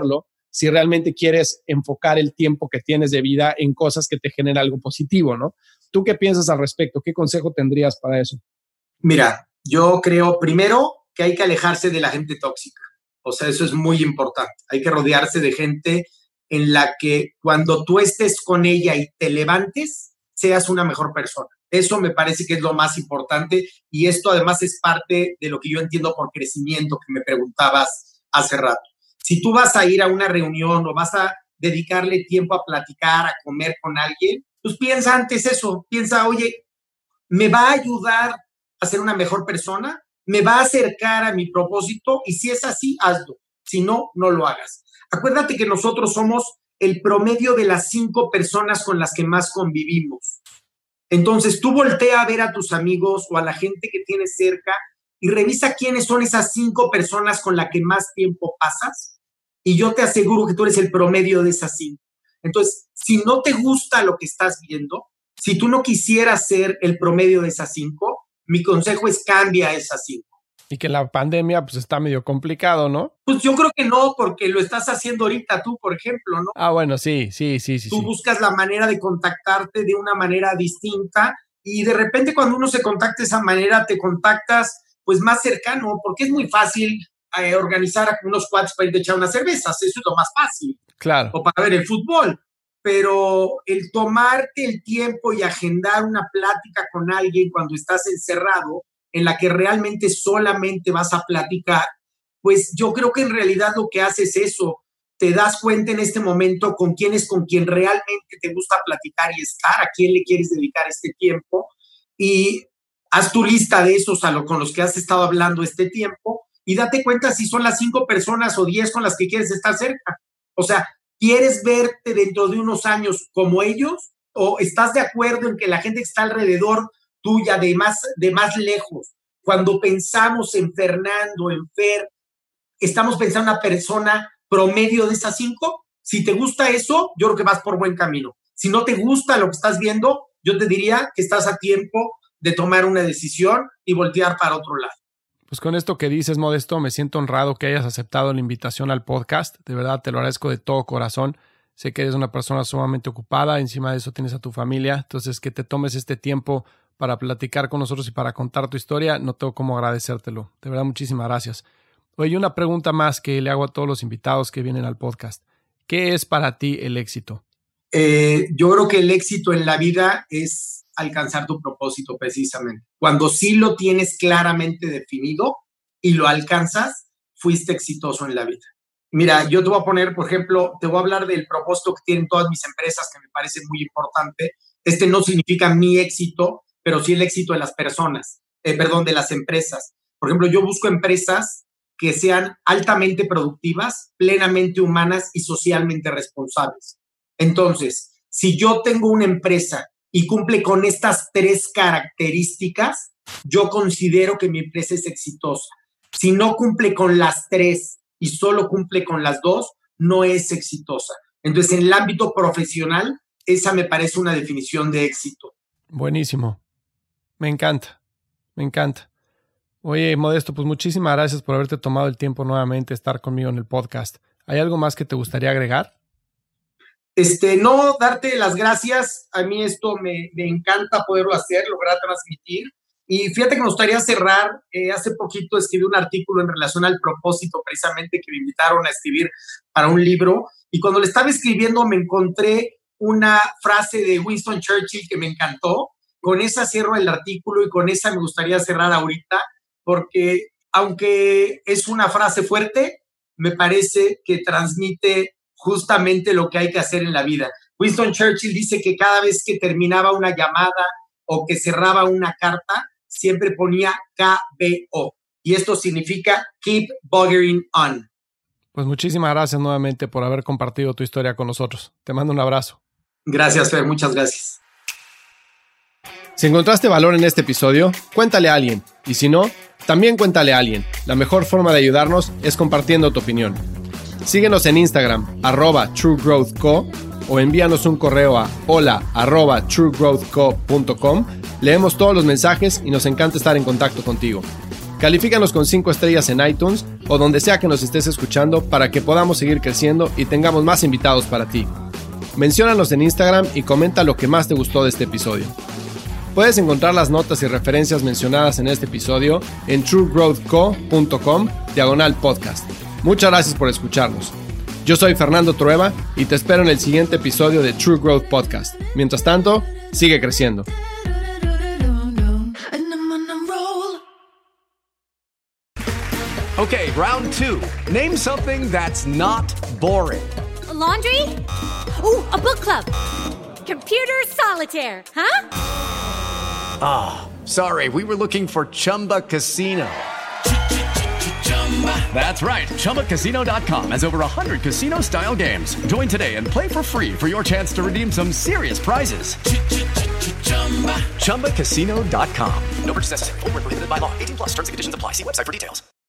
si realmente quieres enfocar el tiempo que tienes de vida en cosas que te generen algo positivo, ¿no? ¿Tú qué piensas al respecto? ¿Qué consejo tendrías para eso? Mira, yo creo primero que hay que alejarse de la gente tóxica. O sea, eso es muy importante. Hay que rodearse de gente en la que cuando tú estés con ella y te levantes, seas una mejor persona. Eso me parece que es lo más importante y esto además es parte de lo que yo entiendo por crecimiento que me preguntabas hace rato. Si tú vas a ir a una reunión o vas a dedicarle tiempo a platicar, a comer con alguien, pues piensa antes eso. Piensa, oye, ¿me va a ayudar a ser una mejor persona? ¿Me va a acercar a mi propósito? Y si es así, hazlo. Si no, no lo hagas. Acuérdate que nosotros somos el promedio de las cinco personas con las que más convivimos. Entonces, tú voltea a ver a tus amigos o a la gente que tienes cerca y revisa quiénes son esas cinco personas con las que más tiempo pasas y yo te aseguro que tú eres el promedio de esas cinco. Entonces, si no te gusta lo que estás viendo, si tú no quisieras ser el promedio de esas cinco, mi consejo es cambia a esas cinco. Y que la pandemia pues está medio complicado, ¿no? Pues yo creo que no, porque lo estás haciendo ahorita tú, por ejemplo, ¿no? Ah, bueno, sí, sí, sí, sí. Tú sí. buscas la manera de contactarte de una manera distinta y de repente cuando uno se contacta de esa manera, te contactas pues más cercano, porque es muy fácil eh, organizar a unos cuates para ir a echar unas cervezas, eso es lo más fácil. Claro. O para ver el fútbol. Pero el tomarte el tiempo y agendar una plática con alguien cuando estás encerrado, en la que realmente solamente vas a platicar, pues yo creo que en realidad lo que haces es eso, te das cuenta en este momento con quién es con quien realmente te gusta platicar y estar, a quién le quieres dedicar este tiempo y haz tu lista de esos a lo, con los que has estado hablando este tiempo y date cuenta si son las cinco personas o diez con las que quieres estar cerca. O sea, ¿quieres verte dentro de unos años como ellos o estás de acuerdo en que la gente que está alrededor tuya de más, de más lejos, cuando pensamos en Fernando, en Fer, estamos pensando en una persona promedio de esas cinco? Si te gusta eso, yo creo que vas por buen camino. Si no te gusta lo que estás viendo, yo te diría que estás a tiempo de tomar una decisión y voltear para otro lado. Pues con esto que dices, Modesto, me siento honrado que hayas aceptado la invitación al podcast. De verdad, te lo agradezco de todo corazón. Sé que eres una persona sumamente ocupada, encima de eso tienes a tu familia, entonces que te tomes este tiempo para platicar con nosotros y para contar tu historia, no tengo cómo agradecértelo. De verdad, muchísimas gracias. Oye, una pregunta más que le hago a todos los invitados que vienen al podcast. ¿Qué es para ti el éxito? Eh, yo creo que el éxito en la vida es alcanzar tu propósito precisamente. Cuando sí lo tienes claramente definido y lo alcanzas, fuiste exitoso en la vida. Mira, yo te voy a poner, por ejemplo, te voy a hablar del propósito que tienen todas mis empresas, que me parece muy importante. Este no significa mi éxito, pero sí el éxito de las personas, eh, perdón, de las empresas. Por ejemplo, yo busco empresas que sean altamente productivas, plenamente humanas y socialmente responsables. Entonces, si yo tengo una empresa y cumple con estas tres características, yo considero que mi empresa es exitosa. Si no cumple con las tres y solo cumple con las dos, no es exitosa. Entonces, en el ámbito profesional, esa me parece una definición de éxito. Buenísimo. Me encanta. Me encanta. Oye, Modesto, pues muchísimas gracias por haberte tomado el tiempo nuevamente de estar conmigo en el podcast. ¿Hay algo más que te gustaría agregar? Este, no, darte las gracias. A mí esto me, me encanta poderlo hacer, lograr transmitir. Y fíjate que me gustaría cerrar. Eh, hace poquito escribí un artículo en relación al propósito, precisamente, que me invitaron a escribir para un libro. Y cuando le estaba escribiendo me encontré una frase de Winston Churchill que me encantó. Con esa cierro el artículo y con esa me gustaría cerrar ahorita, porque aunque es una frase fuerte, me parece que transmite justamente lo que hay que hacer en la vida. Winston Churchill dice que cada vez que terminaba una llamada o que cerraba una carta, siempre ponía K B O. Y esto significa Keep Buggering On. Pues muchísimas gracias nuevamente por haber compartido tu historia con nosotros. Te mando un abrazo. Gracias, Fer. Muchas gracias. Si encontraste valor en este episodio, cuéntale a alguien. Y si no, también cuéntale a alguien. La mejor forma de ayudarnos es compartiendo tu opinión. Síguenos en Instagram, arroba truegrowthco, o envíanos un correo a hola arroba truegrowthco punto com. Leemos todos los mensajes y nos encanta estar en contacto contigo. Califícanos con cinco estrellas en iTunes o donde sea que nos estés escuchando para que podamos seguir creciendo y tengamos más invitados para ti. Menciónanos en Instagram y comenta lo que más te gustó de este episodio. Puedes encontrar las notas y referencias mencionadas en este episodio en true growth co punto com diagonal podcast. Muchas gracias por escucharnos. Yo soy Fernando Trueba y te espero en el siguiente episodio de True Growth Podcast. Mientras tanto, sigue creciendo. Okay, round two. Name something that's not boring. A laundry? Ooh, a book club. Computer solitaire, huh? Ah, oh, sorry, we were looking for Chumba Casino. That's right, Chumba Casino dot com has over one hundred casino-style games. Join today and play for free for your chance to redeem some serious prizes. Chumba Casino dot com. No purchase necessary. Void where prohibited by law. eighteen plus terms and conditions apply. See website for details.